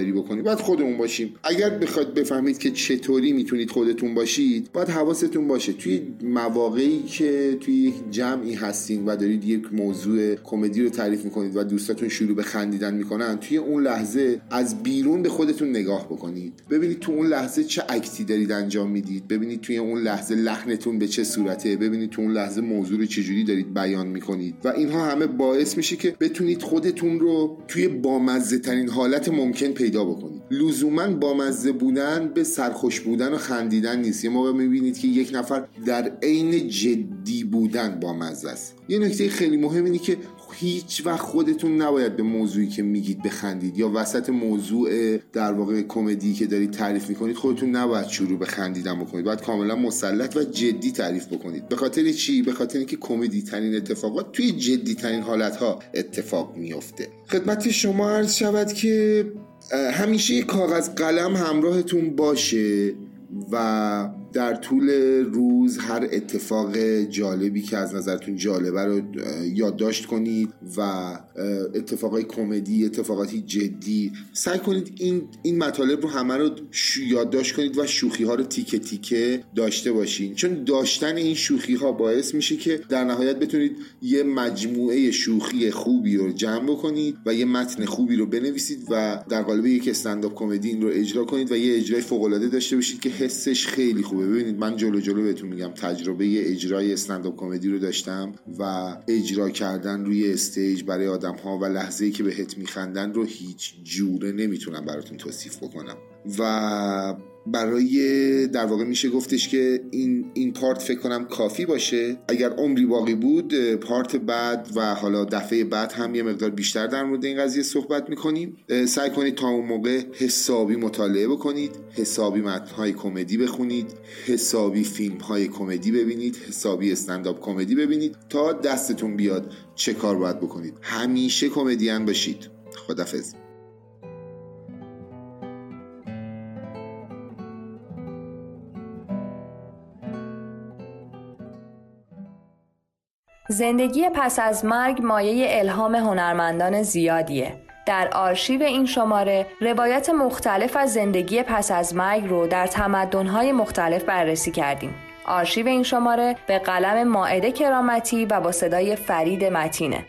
نگهداری بکنیم. باید خودمون باشیم. اگر بخواید بفهمید که چطوری میتونید خودتون باشید، باید حواستون باشه توی مواقعی که توی یک جمعی هستین و دارید یک موضوع کمدی رو تعریف میکنید و دوستاتون شروع به خندیدن میکنن، توی اون لحظه از بیرون به خودتون نگاه بکنید، ببینید تو اون لحظه چه اکتی دارید انجام میدید، ببینید توی اون لحظه لحنتون به چه صورته، ببینید تو اون لحظه موضوع رو چجوری دارید بیان میکنید و اینها همه باعث میشه که بتونید خودتون رو توی بامزه ترین حالت ممکن پیدا بکنید. لزوما بامزه بودن به سرخوش بودن و خندیدن نیست. یه موقع میبینید که یک نفر در عین جدی بودن بامزه است. یه نکته خیلی مهم اینه که هیچ وقت خودتون نباید به موضوعی که میگید بخندید، یا وسط موضوع در واقع کمدی که دارید تعریف میکنید خودتون نباید شروع به خندیدن بکنید. باید کاملا مسلط و جدی تعریف بکنید. به خاطر چی؟ به خاطر اینکه کمدی ترین اتفاقات توی جدی ترین حالت ها اتفاق میفته. خدمت شما عرض شود که همیشه یک کاغذ قلم همراهتون باشه و در طول روز هر اتفاق جالبی که از نظرتون جالبه رو یادداشت کنید و اتفاقای کمدی، اتفاقاتی جدی، سعی کنید این این مطالب رو همه رو یادداشت کنید و شوخی ها رو تیکه تیکه داشته باشین، چون داشتن این شوخی ها باعث میشه که در نهایت بتونید یه مجموعه شوخی خوبی رو جمع بکنید و یه متن خوبی رو بنویسید و در قالب یک استندآپ کمدی این رو اجرا کنید و یه اجرای فوق العاده داشته باشید که حسش خیلی خوبه. ببینید من جلو جلو بهتون میگم تجربه اجرای استندآپ کمدی رو داشتم و اجرا کردن روی استیج برای آدم‌ها و لحظه‌ای که بهت میخندن رو هیچ جوره نمیتونم براتون توصیف بکنم و برای در واقع میشه گفتش که این این پارت فکر کنم کافی باشه. اگر عمری باقی بود پارت بعد و حالا دفعه بعد هم یه مقدار بیشتر در مورد این قضیه صحبت میکنیم. سعی کنید تا اون موقع حسابی مطالعه بکنید، حسابی متن‌های کمدی بخونید، حسابی فیلم‌های کمدی ببینید، حسابی استندآپ کمدی ببینید تا دستتون بیاد چه کار باید بکنید. همیشه کمدین باشید. خدافظ. زندگی پس از مرگ مایه الهام هنرمندان زیادیه. در آرشیو این شماره روایت مختلف از زندگی پس از مرگ رو در تمدن‌های مختلف بررسی کردیم. آرشیو این شماره به قلم مائده کرامتی و با صدای فرید متینه.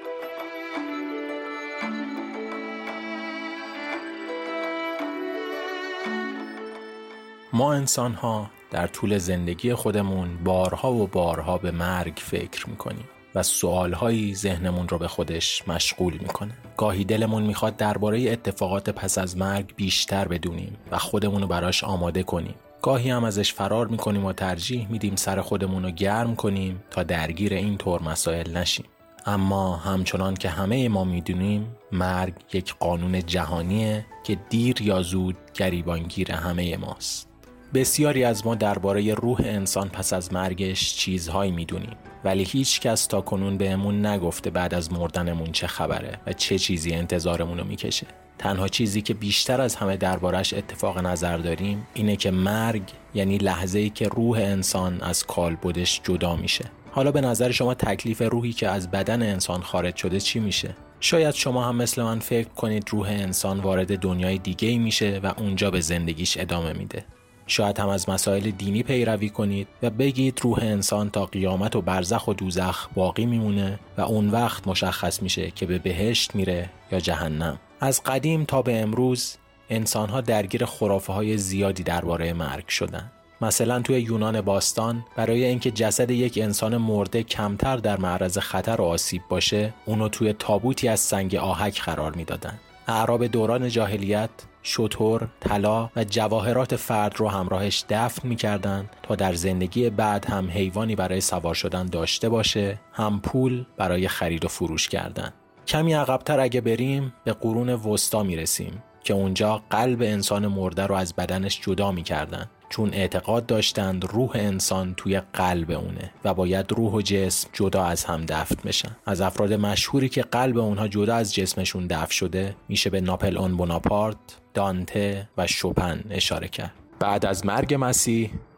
ما انسان‌ها در طول زندگی خودمون بارها و بارها به مرگ فکر میکنیم و سوالهایی ذهنمون رو به خودش مشغول میکنه. گاهی دلمون میخواد درباره اتفاقات پس از مرگ بیشتر بدونیم و خودمون رو براش آماده کنیم. گاهی هم ازش فرار میکنیم و ترجیح میدیم سر خودمون رو گرم کنیم تا درگیر این طور مسائل نشیم. اما همچنان که همه ما میدونیم مرگ یک قانون جهانیه که دیر یا زود گریبانگیر همه ماست. بسیاری از ما درباره روح انسان پس از مرگش چیزهایی میدونیم، ولی هیچ کس تا کنون بهمون نگفته بعد از مردنمون چه خبره و چه چیزی انتظارمون رو میکشه. تنها چیزی که بیشتر از همه دربارش اتفاق نظر داریم اینه که مرگ یعنی لحظه‌ای که روح انسان از کالبدش جدا میشه. حالا به نظر شما تکلیف روحی که از بدن انسان خارج شده چی میشه؟ شاید شما هم مثل من فکر کنید روح انسان وارد دنیای دیگه‌ای میشه و اونجا به زندگیش ادامه میده. شاید هم از مسائل دینی پیروی کنید و بگید روح انسان تا قیامت و برزخ و دوزخ باقی میمونه و اون وقت مشخص میشه که به بهشت میره یا جهنم. از قدیم تا به امروز انسان‌ها درگیر خرافه‌های زیادی درباره مرگ شدن. مثلا توی یونان باستان برای اینکه جسد یک انسان مرده کمتر در معرض خطر و آسیب باشه، اونو توی تابوتی از سنگ آهک قرار میدادن. اعراب دوران جاهلیت شتر، طلا و جواهرات فرد رو همراهش دفن می‌کردن تا در زندگی بعد هم حیوانی برای سوار شدن داشته باشه، هم پول برای خرید و فروش کردن. کمی عقب‌تر اگه بریم به قرون وسطا میرسیم که اونجا قلب انسان مرده رو از بدنش جدا می‌کردن، چون اعتقاد داشتند روح انسان توی قلب اونه و باید روح و جسم جدا از هم دفن بشن. از افراد مشهوری که قلب اونها جدا از جسمشون دفن شده میشه به ناپلئون بوناپارت، دانته و شوپن اشاره کرد. بعد از مرگ مسیح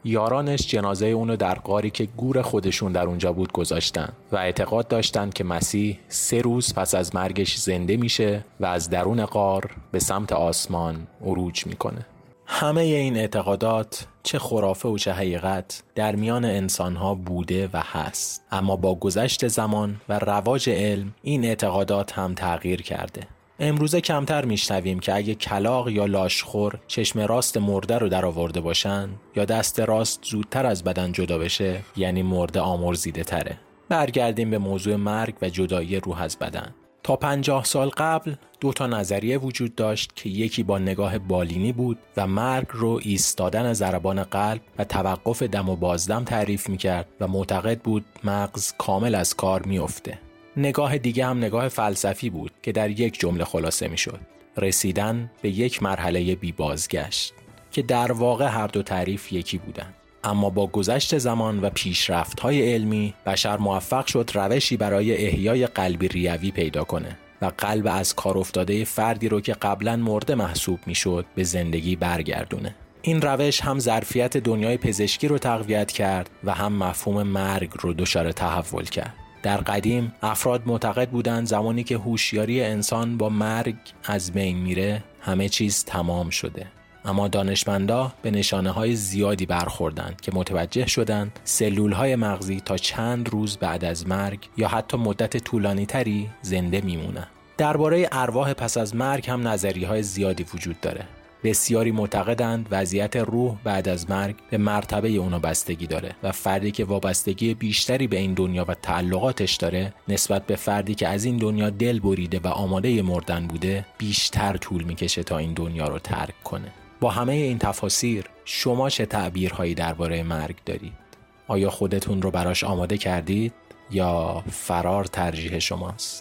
یارانش جنازه اونو در غاری که گور خودشون در اونجا بود گذاشتن و اعتقاد داشتن که مسیح سه روز پس از مرگش زنده میشه و از درون غار به سمت آسمان عروج میکنه. همه این اعتقادات چه خرافه و چه حقیقت در میان انسانها بوده و هست، اما با گذشت زمان و رواج علم این اعتقادات هم تغییر کرده. امروزه کمتر میشنویم که اگه کلاغ یا لاشخور چشم راست مرده رو در آورده باشن یا دست راست زودتر از بدن جدا بشه یعنی مرده آمرزیده تره. برگردیم به موضوع مرگ و جدایی روح از بدن. تا پنجاه سال قبل دو تا نظریه وجود داشت که یکی با نگاه بالینی بود و مرگ رو ایستادن ضربان قلب و توقف دم و بازدم تعریف میکرد و معتقد بود مغز کامل از کار میفته. نگاه دیگه هم نگاه فلسفی بود که در یک جمله خلاصه میشد: رسیدن به یک مرحله بی بازگشت، که در واقع هر دو تعریف یکی بودن. اما با گذشت زمان و پیشرفت‌های علمی بشر موفق شد روشی برای احیای قلبی ریوی پیدا کنه و قلب از کار افتاده فردی رو که قبلا مرده محسوب میشد به زندگی برگردونه. این روش هم ظرفیت دنیای پزشکی رو تقویت کرد و هم مفهوم مرگ رو دچار تحول کرد. در قدیم افراد معتقد بودند زمانی که هوشیاری انسان با مرگ از بین میره همه چیز تمام شده. اما دانشمندا به نشانه‌های زیادی برخوردند که متوجه شدند سلول‌های مغزی تا چند روز بعد از مرگ یا حتی مدت طولانی‌تری زنده میمونن. درباره ارواح پس از مرگ هم نظریه‌های زیادی وجود داره. بسیاری معتقدند وضعیت روح بعد از مرگ به مرتبه اونو بستگی داره و فردی که وابستگی بیشتری به این دنیا و تعلقاتش داره نسبت به فردی که از این دنیا دل بریده و آماده مردن بوده بیشتر طول میکشه تا این دنیا رو ترک کنه. با همه این تفاسیر شما چه تعبیرهایی درباره مرگ دارید؟ آیا خودتون رو براش آماده کردید یا فرار ترجیح شماست؟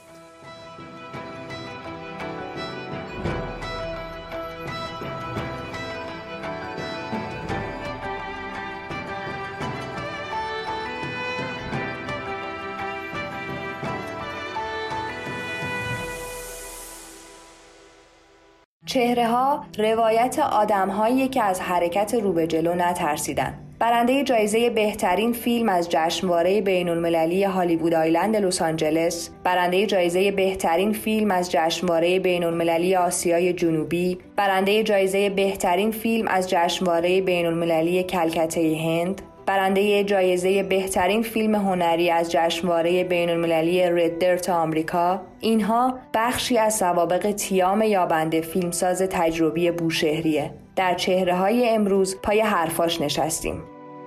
چهره ها روایت آدم هایی که از حرکت رو به جلو نترسیدن. برنده جایزه بهترین فیلم از جشنواره بین‌المللی هالیوود آیلند لس آنجلس، برنده جایزه بهترین فیلم از جشنواره بین‌المللی آسیای جنوبی، برنده جایزه بهترین فیلم از جشنواره بین‌المللی کلکته هند، برنده جایزه بهترین فیلم هنری از جشنواره بین‌المللی رد درت آمریکا، اینها بخشی از سوابق تیام یابنده فیلمساز تجربی بوشهریه. در چهره‌های امروز پای حرفاش نشستیم.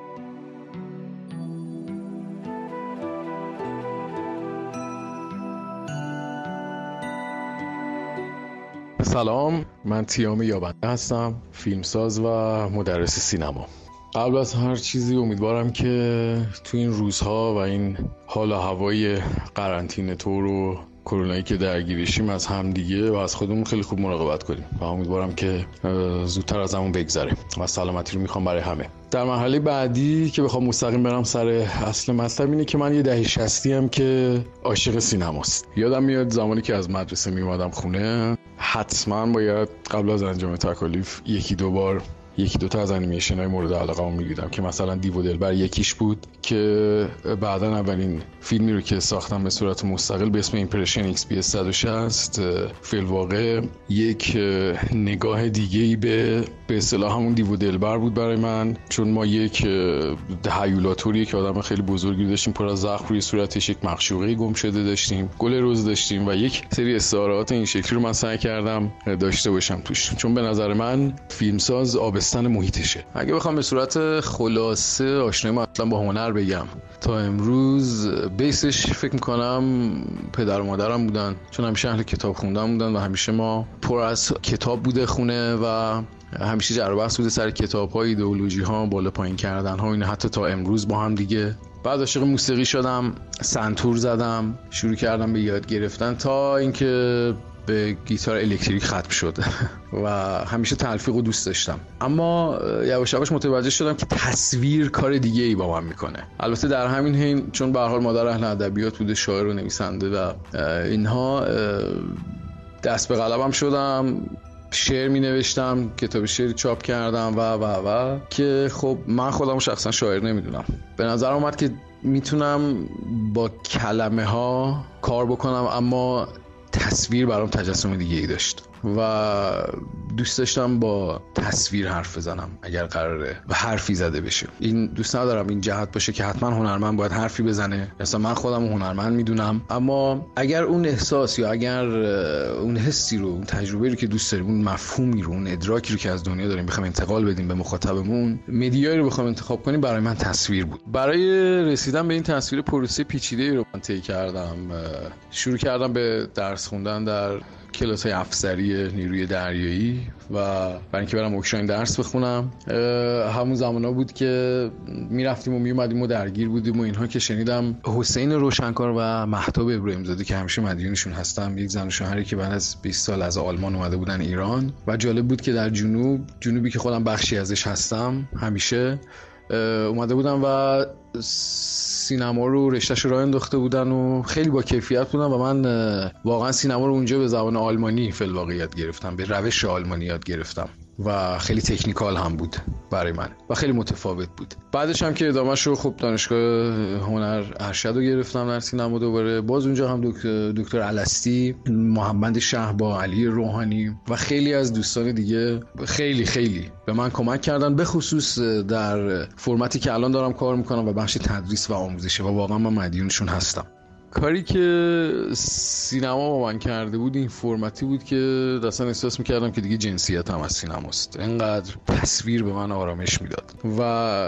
سلام، من تیام یابنده هستم، فیلمساز و مدرس سینما. قبل از هر چیزی امیدوارم که تو این روزها و این حال و هوای قرنطینه طور و کرونایی که درگیرشیم از همدیگه و از خودمون خیلی خوب مراقبت کنیم و امیدوارم که زودتر از همون بگذره و سلامتی رو میخوام برای همه. در مرحله بعدی که بخوام مستقیم برم سر اصل مطلب اینه که من یه دهه شصتی ام که عاشق سینماست. یادم میاد زمانی که از مدرسه میومدم خونه حتما باید قبل از انجام تکالیف یکی دو بار یکی دو تا از انیمیشن های مورد علاقه‌ام می‌دیدم که مثلا دیو و دلبر یکیش بود که بعداً اولین فیلمی رو که ساختم به صورت مستقل به اسم ایمپرشن ایکس پی صد و شصت فی الواقع یک نگاه دیگه‌ای به به اصطلاح همون دیو و دلبر بود برای من، چون ما یک هیولاتوری که آدم خیلی بزرگی داشتیم پر از زخم روی صورتش، یک معشوقه گم شده داشتیم، گل روز داشتیم و یک سری استعارات این شکلی رو من سعی کردم داشته باشم توش، چون به نظر من فیلمساز آبستن محیطشه. اگه بخوام به صورت خلاصه آشنایی اصلا با هنر بگم، تا امروز بیسش فکر میکنم پدر و مادرم بودن، چون همیشه اهل کتاب خوندن بودن و همیشه ما پر از کتاب بوده خونه و همیشه جر و بحث بوده سر کتاب‌ها، ایدئولوژی‌ها، بالا پایین کردن‌ها، این حتی تا امروز با هم دیگه. بعد عاشق موسیقی شدم، سنتور زدم، شروع کردم به یاد گرفتن تا اینکه به گیتار الکتریک ختم شد و همیشه تلفیق رو دوست داشتم. اما یواش یواش متوجه شدم که تصویر کار دیگه ای با من میکنه. البته در همین حین چون به هر حال مادر اهل ادبیات بوده، شاعر و نویسنده و اینها، دست به قلمم شدم، شعر می نوشتم، کتاب شعری چاپ کردم و و و که خب من خودم شخصا شاعر نمیدونم. به نظر اومد که میتونم با کلمه ها کار بکنم، اما تصویر برام تجسم دیگه ای داشت و دوست داشتم با تصویر حرف بزنم اگر قراره و حرفی زده بشه. این دوست ندارم این جهت باشه که حتما هنرمند باید حرفی بزنه، مثلا من خودم هنرمند میدونم، اما اگر اون احساس یا اگر اون حسی رو، اون تجربه رو که دوست داریم، اون مفهومی رو، اون ادراکی رو که از دنیا داریم بخوام انتقال بدیم به مخاطبمون، مدیایی رو بخوام انتخاب کنیم، برای من تصویر بود. برای رسیدن به این تصویر پروسه پیچیده‌ای رو من طی کردم. شروع کردم به درس خوندن در کلاس‌های افسری نیروی دریایی و برای اینکه برم اوکراین درس بخونم. همون زمانا بود که میرفتیم و میومدیم و درگیر بودیم و اینها که شنیدم حسین روشنکار و مهتاب ابراهیم‌زاده که همیشه مدیونشون هستم، یک زن و شوهری که بعد از بیست سال از آلمان اومده بودن ایران و جالب بود که در جنوب جنوبی که خودم بخشی ازش هستم همیشه اومده بودن و سینما رو رشته‌اش رو راه انداخته بودن و خیلی با کیفیت بودن و من واقعا سینما رو اونجا به زبان آلمانی فی الواقع یاد گرفتم، به روش آلمانی یاد گرفتم و خیلی تکنیکال هم بود برای من و خیلی متفاوت بود. بعدش هم که ادامهش رو خب دانشگاه هنر ارشد رو گرفتم در سینما دوباره، باز اونجا هم دکتر, دکتر الستی، محمد شه با علی روحانی و خیلی از دوستان دیگه خیلی خیلی به من کمک کردن، به خصوص در فرمتی که الان دارم کار میکنم و بخش تدریس و آموزشه و واقعا من مدیونشون هستم. کاری که سینما با من کرده بود این فرمتی بود که اصلا احساس میکردم که دیگه جنسیت هم از سینماست، اینقدر تصویر به من آرامش میداد و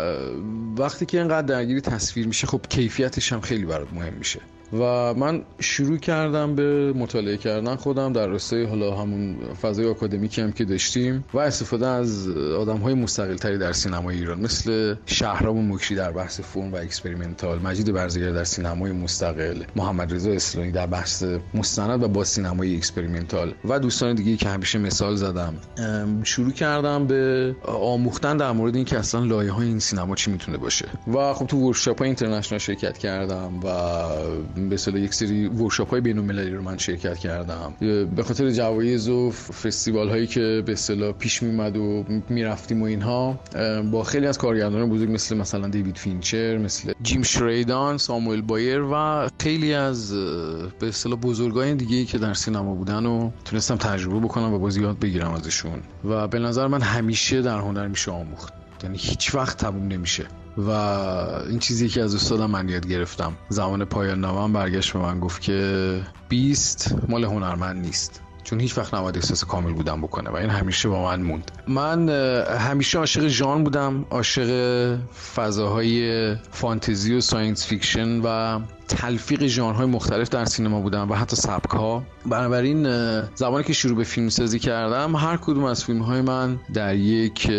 وقتی که اینقدر درگیری تصویر میشه خب کیفیتش هم خیلی برات مهم میشه و من شروع کردم به مطالعه کردن خودم در راستای حالا همون فضای آکادمیکی هم که داشتیم و استفاده از آدم‌های مستقل‌تری در سینمای ایران مثل شهرام مکری در بحث فرم و اکسپریمنتال، مجید برزگر در سینمای مستقل، محمد رضا اسلانی در بحث مستند و با سینمای اکسپریمنتال و دوستان دیگه که همیشه مثال زدم. شروع کردم به آموختن در مورد اینکه اصلا لایه‌های این سینما چی میتونه باشه و خب تو ورکشاپ‌های اینترنشنال شرکت کردم و به اصطلاح یک سری ورکشاپ‌های بین‌المللی رو من شرکت کردم به خاطر جوایز و فستیوال‌هایی که به اصطلاح پیش می‌اومد و می‌رفتیم و اینها با خیلی از کارگردانان بزرگ مثل مثلا دیوید فینچر، مثل جیم شریدان، ساموئل بایر و خیلی از به اصطلاح بزرگان دیگه‌ای که در سینما بودن و تونستم تجربه بکنم و باز یاد بگیرم ازشون و به نظر من همیشه در هنر میشه آموخت، یعنی هیچ وقت تموم نمیشه و این چیزی که از استادم من یاد گرفتم. زمان پایان نامه‌ام برگشت به من گفت که بیست مال هنرمند نیست، چون هیچ وقت نباید احساس کامل بودن بکنه و این همیشه با من موند. من همیشه عاشق ژانر بودم، عاشق فضاهای فانتزی و ساینس فیکشن و تلفیق ژانرهای مختلف در سینما بودم و حتی سبک‌ها. بنابراین زمانی که شروع به فیلمسازی کردم هر کدوم از فیلم‌های من در یک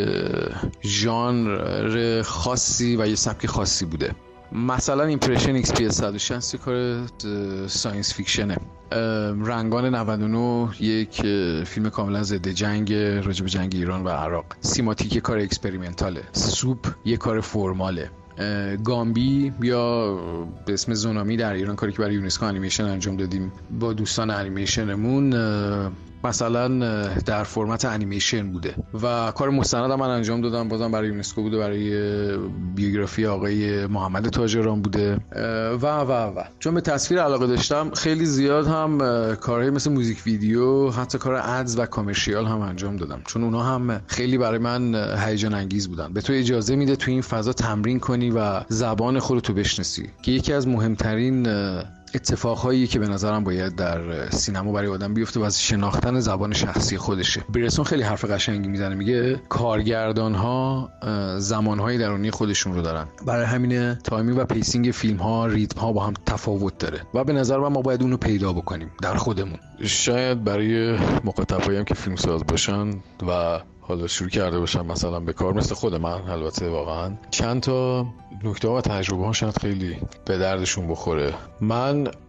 ژانر خاصی و یک سبک خاصی بوده. مثلا ایمپرشن ایکس پی صد و شصت کار ساینس فیکشنه، رنگان نود و نه یک فیلم کاملا ضد جنگ راجع به جنگ ایران و عراق، سیماتیک کار اکسپریمنتاله، سوپ یک کار فرماله، گامبی یا به اسم زونامی در ایران کاری که برای یونسکو انیمیشن انجام دادیم با دوستان انیمیشنمون مثلا در فرمت انیمیشن بوده و کار مستند من انجام دادم بازم برای یونسکو بوده، برای بیوگرافی آقای محمد تاجران بوده و و و چون به تصویر علاقه داشتم خیلی زیاد هم کارهای مثل موزیک ویدیو، حتی کار ادز و کامرشیال هم انجام دادم چون اونا هم خیلی برای من هیجان انگیز بودن. به تو اجازه میده تو این فضا تمرین کنی و زبان خودتو بشناسی که یکی از مهمترین اتفاقهایی که به نظرم باید در سینما برای آدم بیفته و از شناختن زبان شخصی خودشه. برسون خیلی حرف قشنگی میزنه، میگه کارگردان‌ها زمان‌های درونی خودشون رو دارن، برای همین تایمینگ و پیسینگ فیلم‌ها، ریتم‌ها با هم تفاوت داره و به نظر من ما باید اونو پیدا بکنیم در خودمون. شاید برای مخاطبایی هم که فیلمساز باشن و حالا شروع کرده باشم مثلا به کار مثل خود من، البته واقعا چند تا نکته و تجربه ها شاید خیلی به دردشون بخوره. من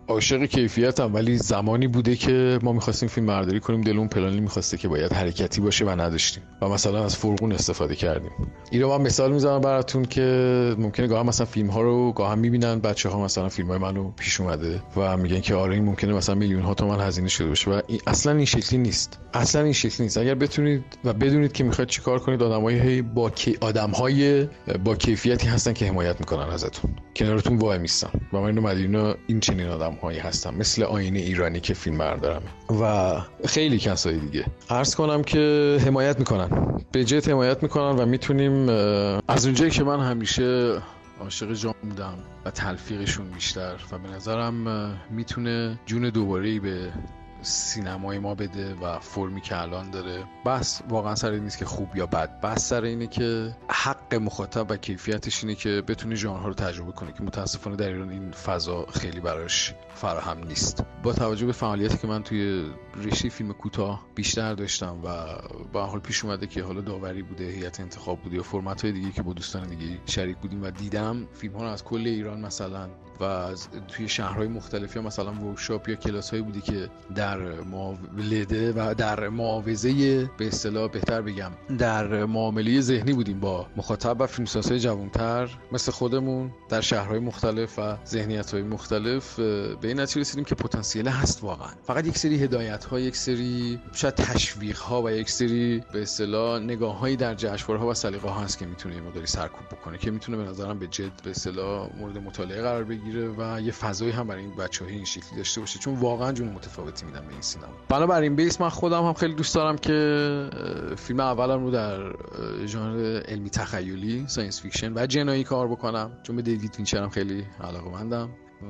عاشق کیفیتم، ولی زمانی بوده که ما می‌خواستیم فیلم برداری کنیم، دلمون پلانی می‌خواسته که باید حرکتی باشه و نداشتیم و مثلا از فرغون استفاده کردیم. اینو من مثال می‌زنم براتون که ممکنه گاهی مثلا فیلم‌ها رو گاهی می‌بینن بچه‌ها، مثلا فیلم‌های منو پیش اومده و میگن که آره این ممکنه مثلا میلیون‌ها تومان هزینه شده باشه و این اصلا این شکلی نیست. اصلا این شکلی نیست. اگر بتونید و بدونید که می‌خواید چیکار کنید، آدمای با کی آدم‌های با کیفیتی هستن که حمایت می‌کنن ازتون، کنارتون وای میستن و من اینو مدیون این چنین آدم‌هایی هستم، مثل آینه ایرانی که فیلم بردارم و خیلی کسایی دیگه. عرض کنم که حمایت میکنن، به جهت حمایت میکنن و میتونیم از اونجایی که من همیشه عاشق جان بودم و تلفیقشون بیشتر و به نظرم میتونه جون دوباره‌ای به سینمای ما بده و فرمی که الان داره. بس واقعا سر این نیست که خوب یا بد، بس سر اینه که حق مخاطب و کیفیتش اینه که بتونه ژانرها رو تجربه کنه که متاسفانه در ایران این فضا خیلی براش فراهم نیست. با توجه به فعالیتی که من توی رشته فیلم کوتاه بیشتر داشتم و به حال پیش اومده که حالا داوری بوده، هیئت انتخاب بوده یا فرمت‌های دیگه که با دوستان دیگه شریک بودیم و دیدم فیلم‌ها رو از کل ایران مثلا و از توی شهرهای مختلفی مثلا ورکشاپ یا کلاس‌هایی بودی که در معاوله و در معاوضه به اصطلاح بهتر بگم در معامله ذهنی بودیم با مخاطب و فیلمسازهای جوان‌تر مثل خودمون در شهرهای مختلف و ذهنیت‌های مختلف. به این نتیجه رسیدیم که پتانسیل هست واقعا، فقط یک سری هدایت‌ها، یک سری شاید تشویق‌ها و یک سری به اصطلاح نگاه‌هایی در جشنواره‌ها و سلیقه‌ها هست که میتونه یه مقداری سرکوب بکنه، که میتونه به نظرم به جد به اصطلاح مورد مطالعه قرار بگیره و یه فضایی هم برای این بچه‌ها این شکلی داشته باشه، چون واقعا جون متفاوتی میدن به این سینما. بنابراین بیس من خودم هم خیلی دوست دارم که فیلم اولم رو در ژانر علمی تخیلی، ساینس فیکشن و جنایی کار بکنم، چون به دیوید فینچر هم خیلی علاقه‌مندم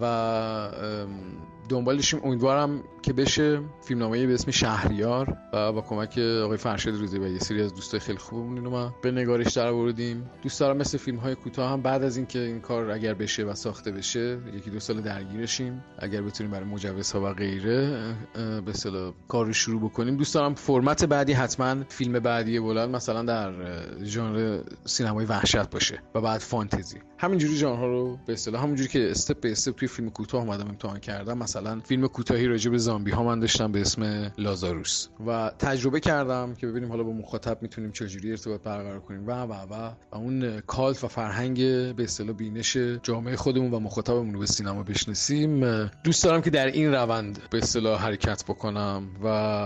و دنبالشیم. امیدوارم که بشه فیلمنامه‌ای به اسم شهریار و با کمک آقای فرشاد روزی و یه سری از دوستای خیلی خوبمون اینو ما به نگارش درآوردیم. دوست دارم مثل فیلم‌های کوتاه هم بعد از اینکه این کار اگر بشه و ساخته بشه یکی دو سال درگیرشیم، اگر بتونیم برای مجوزها و غیره به اصطلاح کار رو شروع بکنیم. دوست دارم فرمت بعدی حتما فیلم بعدی بلند مثلا در ژانر سینمای وحشت باشه و بعد فانتزی. همینجوری ژانرها رو به اصطلاح همونجوری که استپ به استپ توی فیلم کوتاه اومدم امتحان کردم. مثلا فیلم کوتاهی راجع به زامبی ها من داشتم به اسم لازاروس و تجربه کردم که ببینیم حالا با مخاطب میتونیم چجوری ارتباط برقرار کنیم و و و و اون کالت و فرهنگ به اصطلاح بینش جامعه خودمون و مخاطبمون رو به سینما بشناسیم. دوست دارم که در این روند به اصطلاح حرکت بکنم و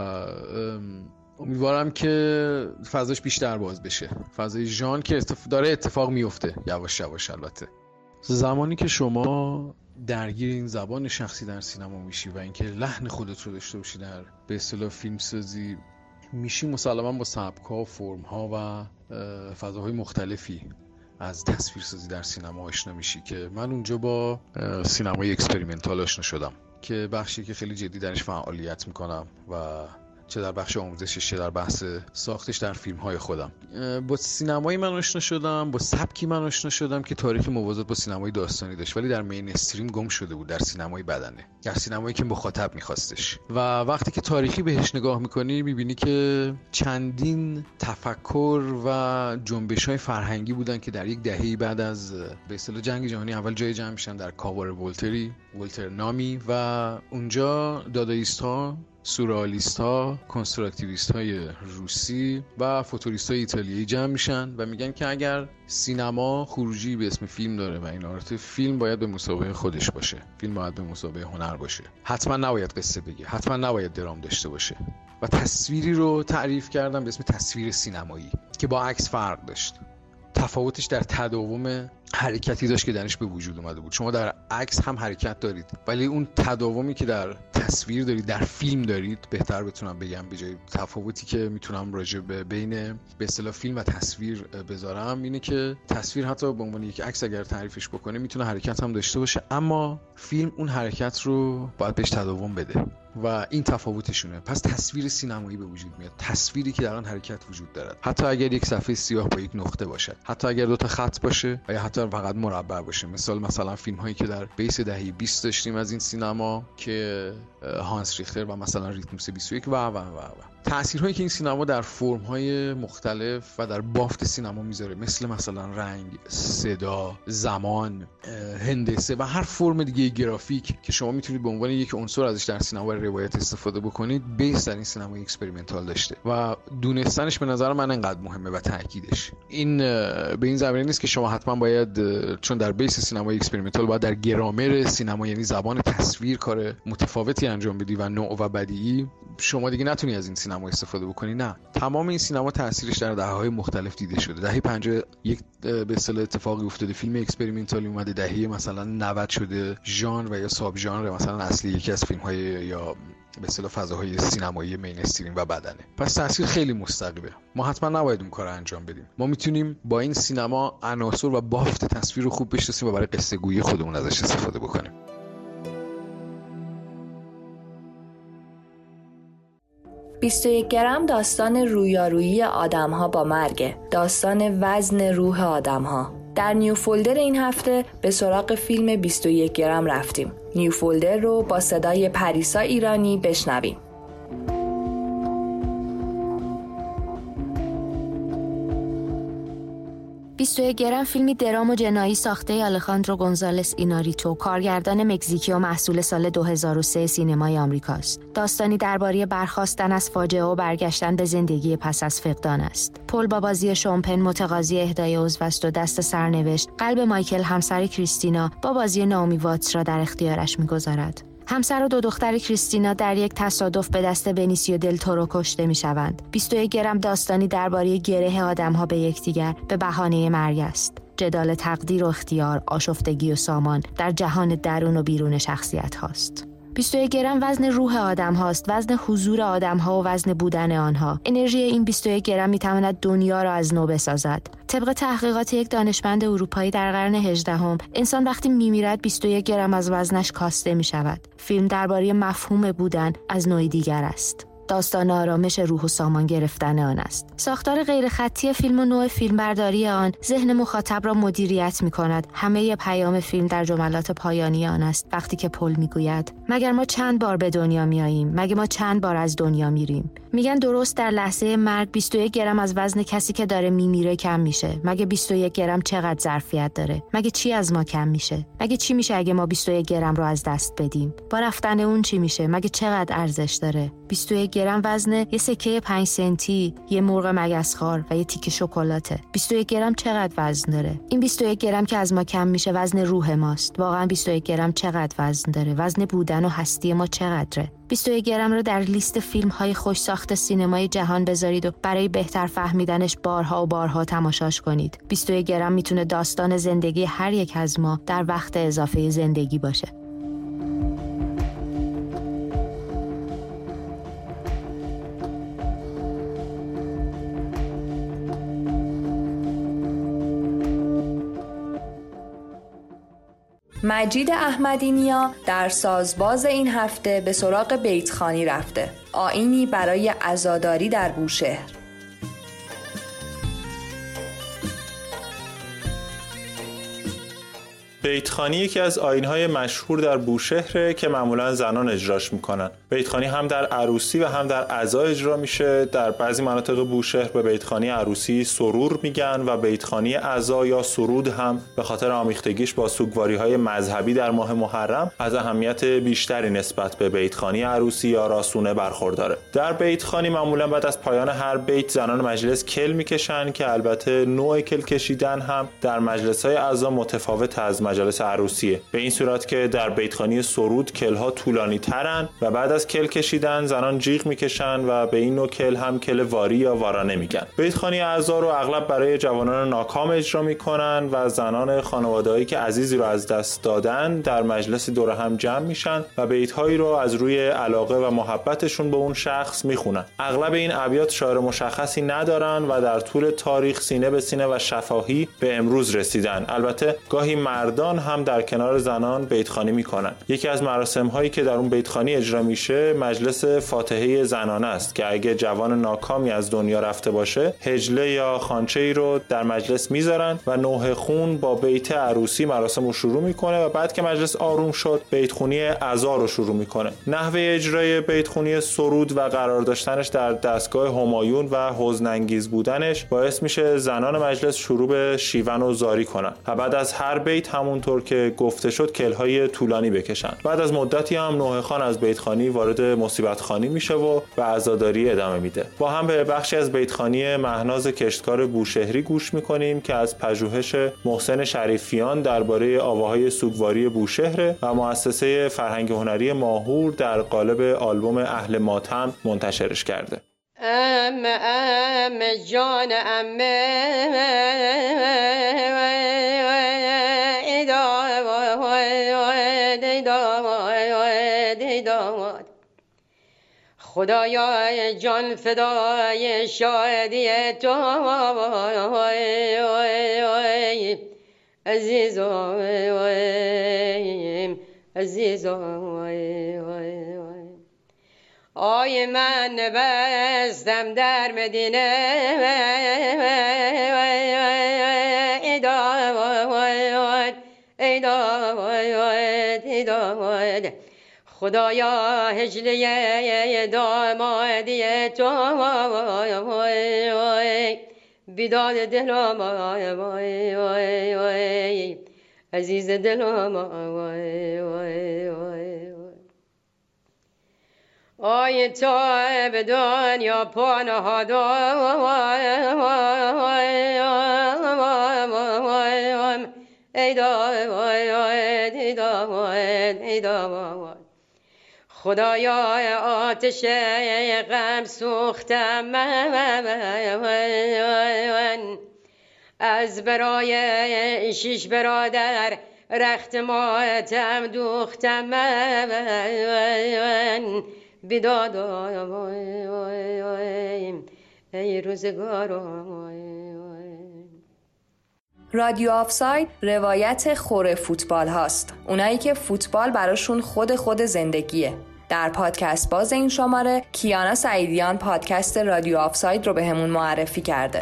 امیدوارم که فضاش بیشتر باز بشه، فضای ژان که اتف... داره اتفاق میفته یواش یواش. البته زمانی که شما درگیر این زبان شخصی در سینما میشی و اینکه لحن خودت رو داشته باشی در به اصطلاح فیلمسازی میشی، مسلما با سبک‌ها و فرم‌ها و فضاهای مختلفی از تصویرسازی در سینما آشنا میشی که من اونجا با سینمای اکسپریمنتال آشنا شدم که بخشی که خیلی جدی درش فعالیت میکنم و چه در بخش آموزشش چه در بحث ساختش در فیلم‌های خودم. با سینمایی من آشنا شدم، با سبکی من آشنا شدم که تاریخ موازات با سینمای داستانی داشت ولی در مین استریم گم شده بود، در سینمای بدنه، در سینمایی که مخاطب می‌خواستش. و وقتی که تاریخی بهش نگاه می‌کنی می‌بینی که چندین تفکر و جنبش‌های فرهنگی بودن که در یک دهه‌ای بعد از به اصطلاح جنگ جهانی اول جای جمع میشن در کاوار ولتری، ولتر نامی، و اونجا داداییست‌ها، سورئالیست ها، کنستراکتیویست های روسی و فوتوریست های ایتالیایی جمع میشن و میگن که اگر سینما خروجی به اسم فیلم داره و این آرت، فیلم باید به مسابقه خودش باشه، فیلم باید به مسابقه هنر باشه، حتما نباید قصه بگه، حتما نباید درام داشته باشه. و تصویری رو تعریف کردم به اسم تصویر سینمایی که با عکس فرق داشت. تفاوتش در تداوم حرکتی داشت که درش به وجود اومده بود. شما در عکس هم حرکت دارید ولی اون تداومی که در تصویر دارید، در فیلم دارید، بهتر بتونم بگم به جای تفاوتی که میتونم راجع به بین به اصطلاح فیلم و تصویر بذارم اینه که تصویر حتی به عنوان یک عکس اگر تعریفش بکنه میتونه حرکت هم داشته باشه، اما فیلم اون حرکت رو باید بهش تداوم بده و این تفاوتشونه. پس تصویر سینمایی به وجود میاد، تصویری که در آن حرکت وجود دارد، حتی اگر یک صفحه سیاه با یک نقطه باشد، حتی اگر دو تا خط باشه و یا حتی فقط مربع باشه. مثال مثلا فیلم هایی که در بیس دهه بیست داشتیم از این سینما که هانس ریختر و مثلا ریتموس بیست و یک و و و و تأثیرهایی که این سینما در فرم‌های مختلف و در بافت سینما میذاره، مثل مثلا رنگ، صدا، زمان، هندسه و هر فرم دیگه گرافیک که شما میتونید به عنوان یک عنصر ازش در سینما روایت استفاده بکنید، بیس در این سینما اکسپریمنتال داشته و دونستنش به نظر من انقدر مهمه و تاکیدش. این به این زمینه نیست که شما حتما باید، چون در بیس سینما اکسپریمنتال باید در گرامر سینما یعنی زبان تصویر کار متفاوتی انجام بدی و نوع و بدیعی، شما دیگه نتونی از این سینما استفاده بکنی. نه، تمام این سینما تاثیرش در دهه‌های مختلف دیده شده. دهه پنجاه یک به اصطلاح اتفاقی افتاده، فیلم اکسپریمنتالی اومده، دهه مثلا نود شده ژانر و یا ساب ژانر مثلا اصلی یکی از فیلم‌های یا به اصطلاح فضاهای سینمایی مینستریم و بدنه. پس تاثیر خیلی مستقیمه. ما حتما نباید اون کارو انجام بدیم. ما میتونیم با این سینما عناصر و بافت تصویر رو خوب بشناسیم و برای قصه گویی خودمون ازش استفاده بکنیم. بیست و یک گرم داستان رویارویی آدم‌ها با مرگ، داستان وزن روح آدم‌ها. در نیو فولدر این هفته به سراغ فیلم بیست و یک گرم رفتیم. نیو فولدر رو با صدای پریسا ایرانی بشنویم. بیست و یک گرم فیلمی درام و جنایی ساخته آلخاندرو گونزالس ایناریتو، کارگردان مکزیکی و محصول سال دو هزار و سه سینمای آمریکاست. داستانی درباره برخاستن از فاجعه و برگشتن به زندگی پس از فقدان است. پل با بازی شومپن متقاضی اهدای عضو است و دست سرنوشت قلب مایکل همسر کریستینا با بازی نامی واتس را در اختیارش می‌گذارد. همسر و دو دختر کریستینا در یک تصادف به دست بنیسیو دل تورو کشته می‌شوند. بیست و یک گرم داستانی درباره گره آدم‌ها به یکدیگر به بهانه مرگ است. جدال تقدیر و اختیار، آشفتگی و سامان در جهان درون و بیرون شخصیت هاست. بیست و یک گرم وزن روح آدم هاست، وزن حضور آدم ها و وزن بودن آنها. انرژی این بیست و یک گرم می تواند دنیا را از نو بسازد. طبق تحقیقات یک دانشمند اروپایی در قرن هجدهم، انسان وقتی می میرد بیست و یک گرم از وزنش کاسته می شود. فیلم درباره مفهوم بودن از نوع دیگر است. داستان آرامش روح و سامان گرفتن آن است. ساختار غیر خطی فیلم و نوع فیلمبرداری آن ذهن مخاطب را مدیریت می کند. همه پیام فیلم در جملات پایانی آن است. وقتی که پل می گوید مگر ما چند بار به دنیا می آییم؟ مگه ما چند بار از دنیا میریم؟ میگن درست در لحظه مرگ بیست و یک گرم از وزن کسی که داره میمیره کم میشه. مگه بیست و یک گرم چقدر ظرفیت داره؟ مگه چی از ما کم میشه؟ مگه چی میشه اگه ما بیست و یک گرم رو از دست بدیم؟ با رفتن اون چی میشه؟ مگه چقدر ارزش داره؟ بیست و یک گرم وزن یه سکه پنج سنتی، یه مرغ مگسخوار و یه تیکه شکلاته. بیست و یک گرم چقدر وزن داره؟ این بیست و یک گرم که از ما کم میشه وزن روح ماست. واقعا بیست و یک گرم چقدر وزن داره؟ وزن بودن و هستی ما چقدره؟ بیست و یک گرم رو در لیست فیلم‌های خوش ساخت سینمای جهان بذارید و برای بهتر فهمیدنش بارها و بارها تماشاش کنید. بیست و یک گرم میتونه داستان زندگی هر یک از ما در وقت اضافه زندگی باشه. مجید احمدی نیا در سازباز این هفته به سراغ بیتخوانی رفته. آیینی برای عزاداری در بوشهر. بیتخوانی یکی از آیین‌های مشهور در بوشهره که معمولاً زنان اجراش میکنن. بیتخوانی هم در عروسی و هم در عزا اجرا میشه. در بعضی مناطق بوشهر به بیتخوانی عروسی سرور میگن و بیتخوانی عزا یا سرود هم به خاطر آمیختگیش با سوگواری‌های مذهبی در ماه محرم از اهمیت بیشتری نسبت به بیتخوانی عروسی یا راسونه برخورداره. در بیتخوانی معمولاً بعد از پایان هر بیت زنان مجلس کل میکشن که البته نوع کل کشیدن هم در مجلس‌های عزا متفاوت از مجلس عروسیه. به این صورت که در بیتخوانی سرود کلها طولانی ترن و بعد از کل کشیدن زنان جیغ میکشن و به این نوع کل هم کل واری یا وارانه میگن. بیتخوانی عزا رو اغلب برای جوانان ناکام اجرا میکنن و زنان خانواده‌ای که عزیزی رو از دست دادن در مجلس دور هم جمع میشن و بیت‌هایی رو از روی علاقه و محبتشون به اون شخص میخونن. اغلب این ابیات شاعر مشخصی ندارن و در طول تاریخ سینه به سینه و شفاهی به امروز رسیدن. البته گاهی مردان مردان هم در کنار زنان بیتخوانی میکنن. یکی از مراسم هایی که در اون بیتخوانی اجرا میشه مجلس فاتحه زنانه است که اگه جوان ناکامی از دنیا رفته باشه حجله یا خوانچه ای رو در مجلس میذارن و نوحه خون با بیت عروسی مراسم رو شروع میکنه و بعد که مجلس آروم شد بیتخوانی عزا رو شروع میکنه. نحوه اجرای بیتخوانی سرود و قرار داشتنش در دستگاه همایون و حزن انگیز بودنش باعث میشه زنان مجلس شروع به شیون و زاری کنن و بعد از هر بیت همونطور که گفته شد کلهای طولانی بکشن. بعد از مدتی هم نوحه خان از بیتخوانی وارد مصیبت خانی میشه و به عزاداری ادامه میده. با هم به بخشی از بیتخوانی مهناز کشتکار بوشهری گوش میکنیم که از پژوهش محسن شریفیان درباره آواهای سوگواری بوشهر و مؤسسه فرهنگ هنری ماهور در قالب آلبوم اهل ماتم منتشرش کرده. ام ام جان ام خدایا جان فدای شادی تو عزیزم عزیزم آی من بستم در مدینه ایداد ایداد ایداد خدایا هجله دامادی تو بیداد دلم عزیز دلم آی تو به دنیا پناهادم ایداد ایداد ایداد خدایا آتش غم سوختم من از برای شش برادر رخت ماتم دوختم من بیداد ای روزگارم. رادیو آفساید روایت خور فوتبال هاست. اونایی که فوتبال براشون خود خود زندگیه. در پادکست باز این شماره کیانا سعیدیان پادکست رادیو آفساید رو به همون معرفی کرده.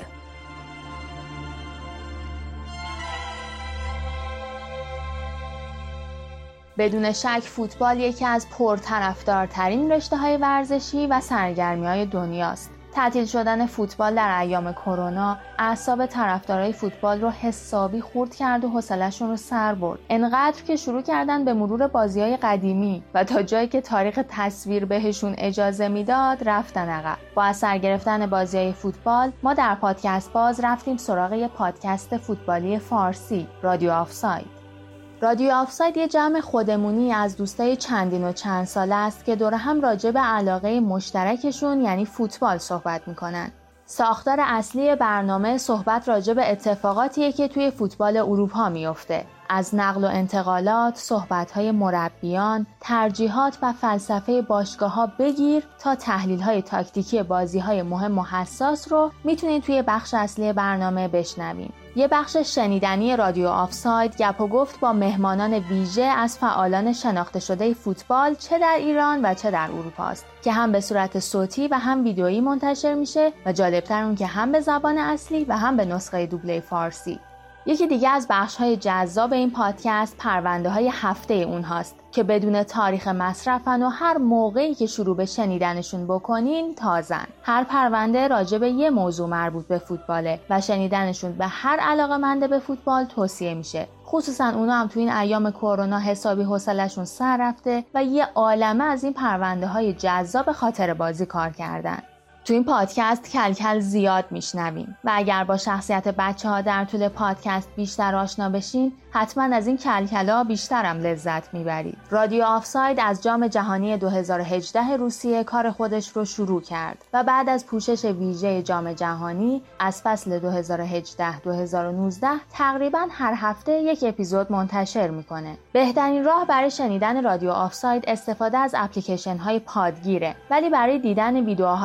بدون شک فوتبال یکی از پرطرفدارترین رشته‌های ورزشی و سرگرمی‌های دنیاست. تعطیل شدن فوتبال در ایام کرونا اعصاب طرفدارای فوتبال رو حسابی خورد کرد و حوصله‌شون رو سر برد. انقدر که شروع کردن به مرور بازی‌های قدیمی و تا جایی که تاریخ تصویر بهشون اجازه میداد رفتن عقب. با از سر گرفتن بازی‌های فوتبال ما در پادکست باز رفتیم سراغ یه پادکست فوتبالی فارسی، رادیو آفساید. رادیو آفساید یه جمع خودمونی از دوستای چندین و چند ساله است که دور هم راجع به علاقه مشترکشون یعنی فوتبال صحبت میکنن. ساختار اصلی برنامه صحبت راجع به اتفاقاتیه که توی فوتبال اروپا میفته. از نقل و انتقالات، صحبت‌های مربیان، ترجیحات و فلسفه باشگاه‌ها بگیر تا تحلیل‌های تاکتیکی بازی‌های مهم و حساس رو میتونید توی بخش اصلی برنامه بشنوید. یه بخش شنیدنی رادیو آفساید گپ و گفت با مهمانان ویژه از فعالان شناخته شده فوتبال چه در ایران و چه در اروپا است که هم به صورت صوتی و هم ویدیویی منتشر میشه و جالبتر اون که هم به زبان اصلی و هم به نسخه دوبله فارسی. یکی دیگه از بخش‌های جذاب این پادکست پرونده‌های هفته اونهاست که بدون تاریخ مصرفن و هر موقعی که شروع به شنیدنشون بکنین تازن. هر پرونده راجع به یه موضوع مربوط به فوتباله و شنیدنشون به هر علاقه‌مند به فوتبال توصیه میشه. خصوصا اونا هم تو این ایام کرونا حسابی حوصله‌شون سر رفته و یه عالمه از این پرونده‌های جذاب خاطر بازی کار کردن. تو این پادکست کلکل زیاد میشنویم و اگر با شخصیت بچه ها در طول پادکست بیشتر آشنا بشین حتما از این کلکلا بیشتر هم لذت میبرید. رادیو آفساید از جام جهانی دو هزار و هجده روسیه کار خودش رو شروع کرد و بعد از پوشش ویژه جام جهانی از فصل دو هزار و هجده دو هزار و نوزده تقریبا هر هفته یک اپیزود منتشر میکنه. بهترین راه برای شنیدن رادیو آفساید استفاده از اپلیکیشن های پادگیره، ولی برای دیدن ویدیوهای مسابقه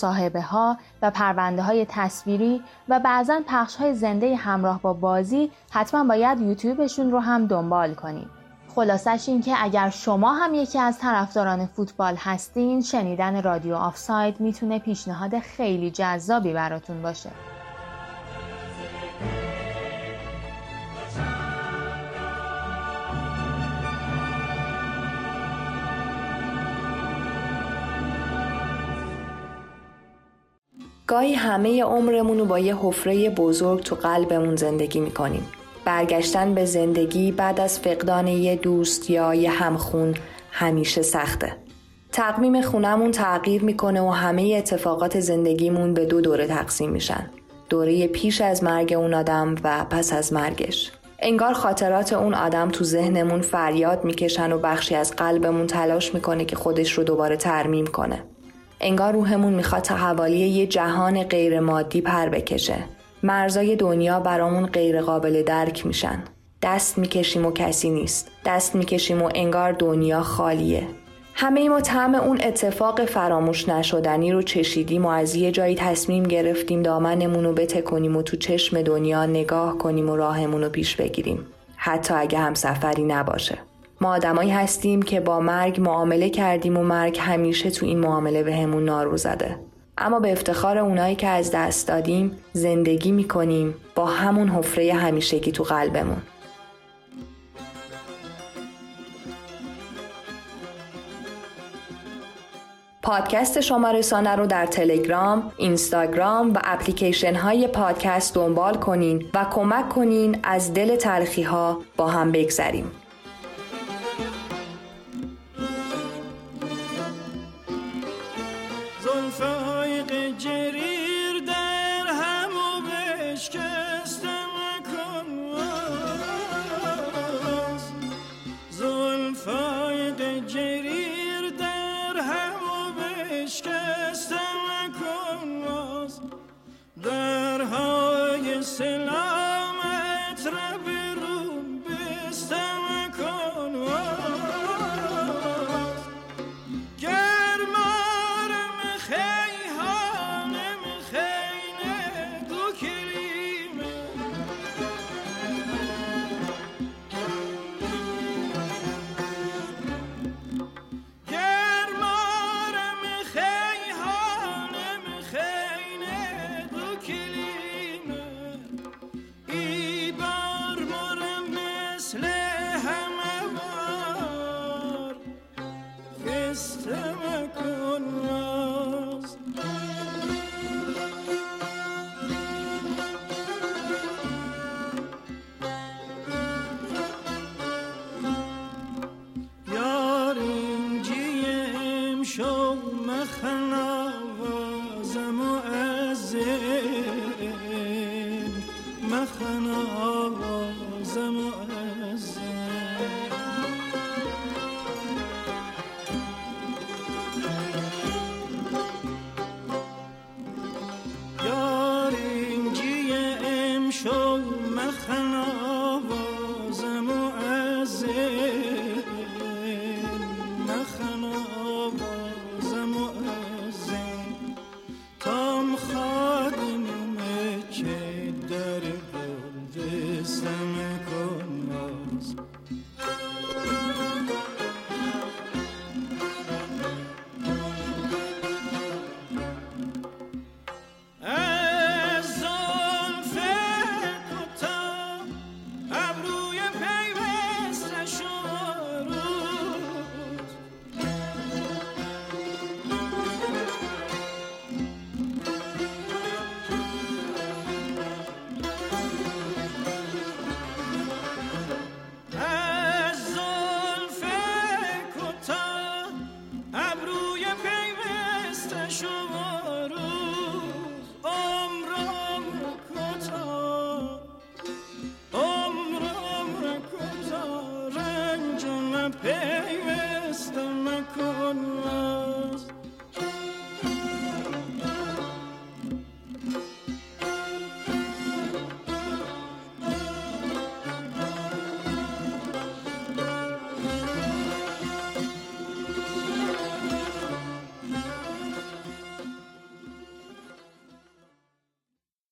مصاحبه ها و پرونده های تصویری و بعضاً پخش های زنده همراه با بازی حتما باید یوتیوبشون رو هم دنبال کنید. خلاصش این که اگر شما هم یکی از طرفداران فوتبال هستین، شنیدن رادیو آفساید میتونه پیشنهاد خیلی جذابی براتون باشه. گاهی همه عمرمون رو با یه حفره بزرگ تو قلبمون زندگی میکنیم. برگشتن به زندگی بعد از فقدان یه دوست یا یه همخون همیشه سخته. تقویم خونمون تغییر میکنه و همه اتفاقات زندگیمون به دو دوره تقسیم میشن. دوره پیش از مرگ اون آدم و پس از مرگش. انگار خاطرات اون آدم تو ذهنمون فریاد میکشن و بخشی از قلبمون تلاش میکنه که خودش رو دوباره ترمیم کنه. انگار روحمون میخواد تا حوالی یه جهان غیر مادی پر بکشه. مرزای دنیا برامون غیر قابل درک میشن. دست میکشیم و کسی نیست. دست میکشیم و انگار دنیا خالیه. همه ما طعم اون اتفاق فراموش نشدنی رو چشیدیم و از یه جایی تصمیم گرفتیم دامنمون رو بتکنیم و تو چشم دنیا نگاه کنیم و راهمون رو پیش بگیریم. حتی اگه هم سفری نباشه. ما آدمایی هستیم که با مرگ معامله کردیم و مرگ همیشه تو این معامله به همون نارو زده. اما به افتخار اونایی که از دست دادیم زندگی میکنیم با همون حفره همیشگی تو قلبمون. پادکست شما رسانه رو در تلگرام، اینستاگرام و اپلیکیشن های پادکست دنبال کنین و کمک کنین از دل تلخی ها با هم بگذریم. پیوست مکن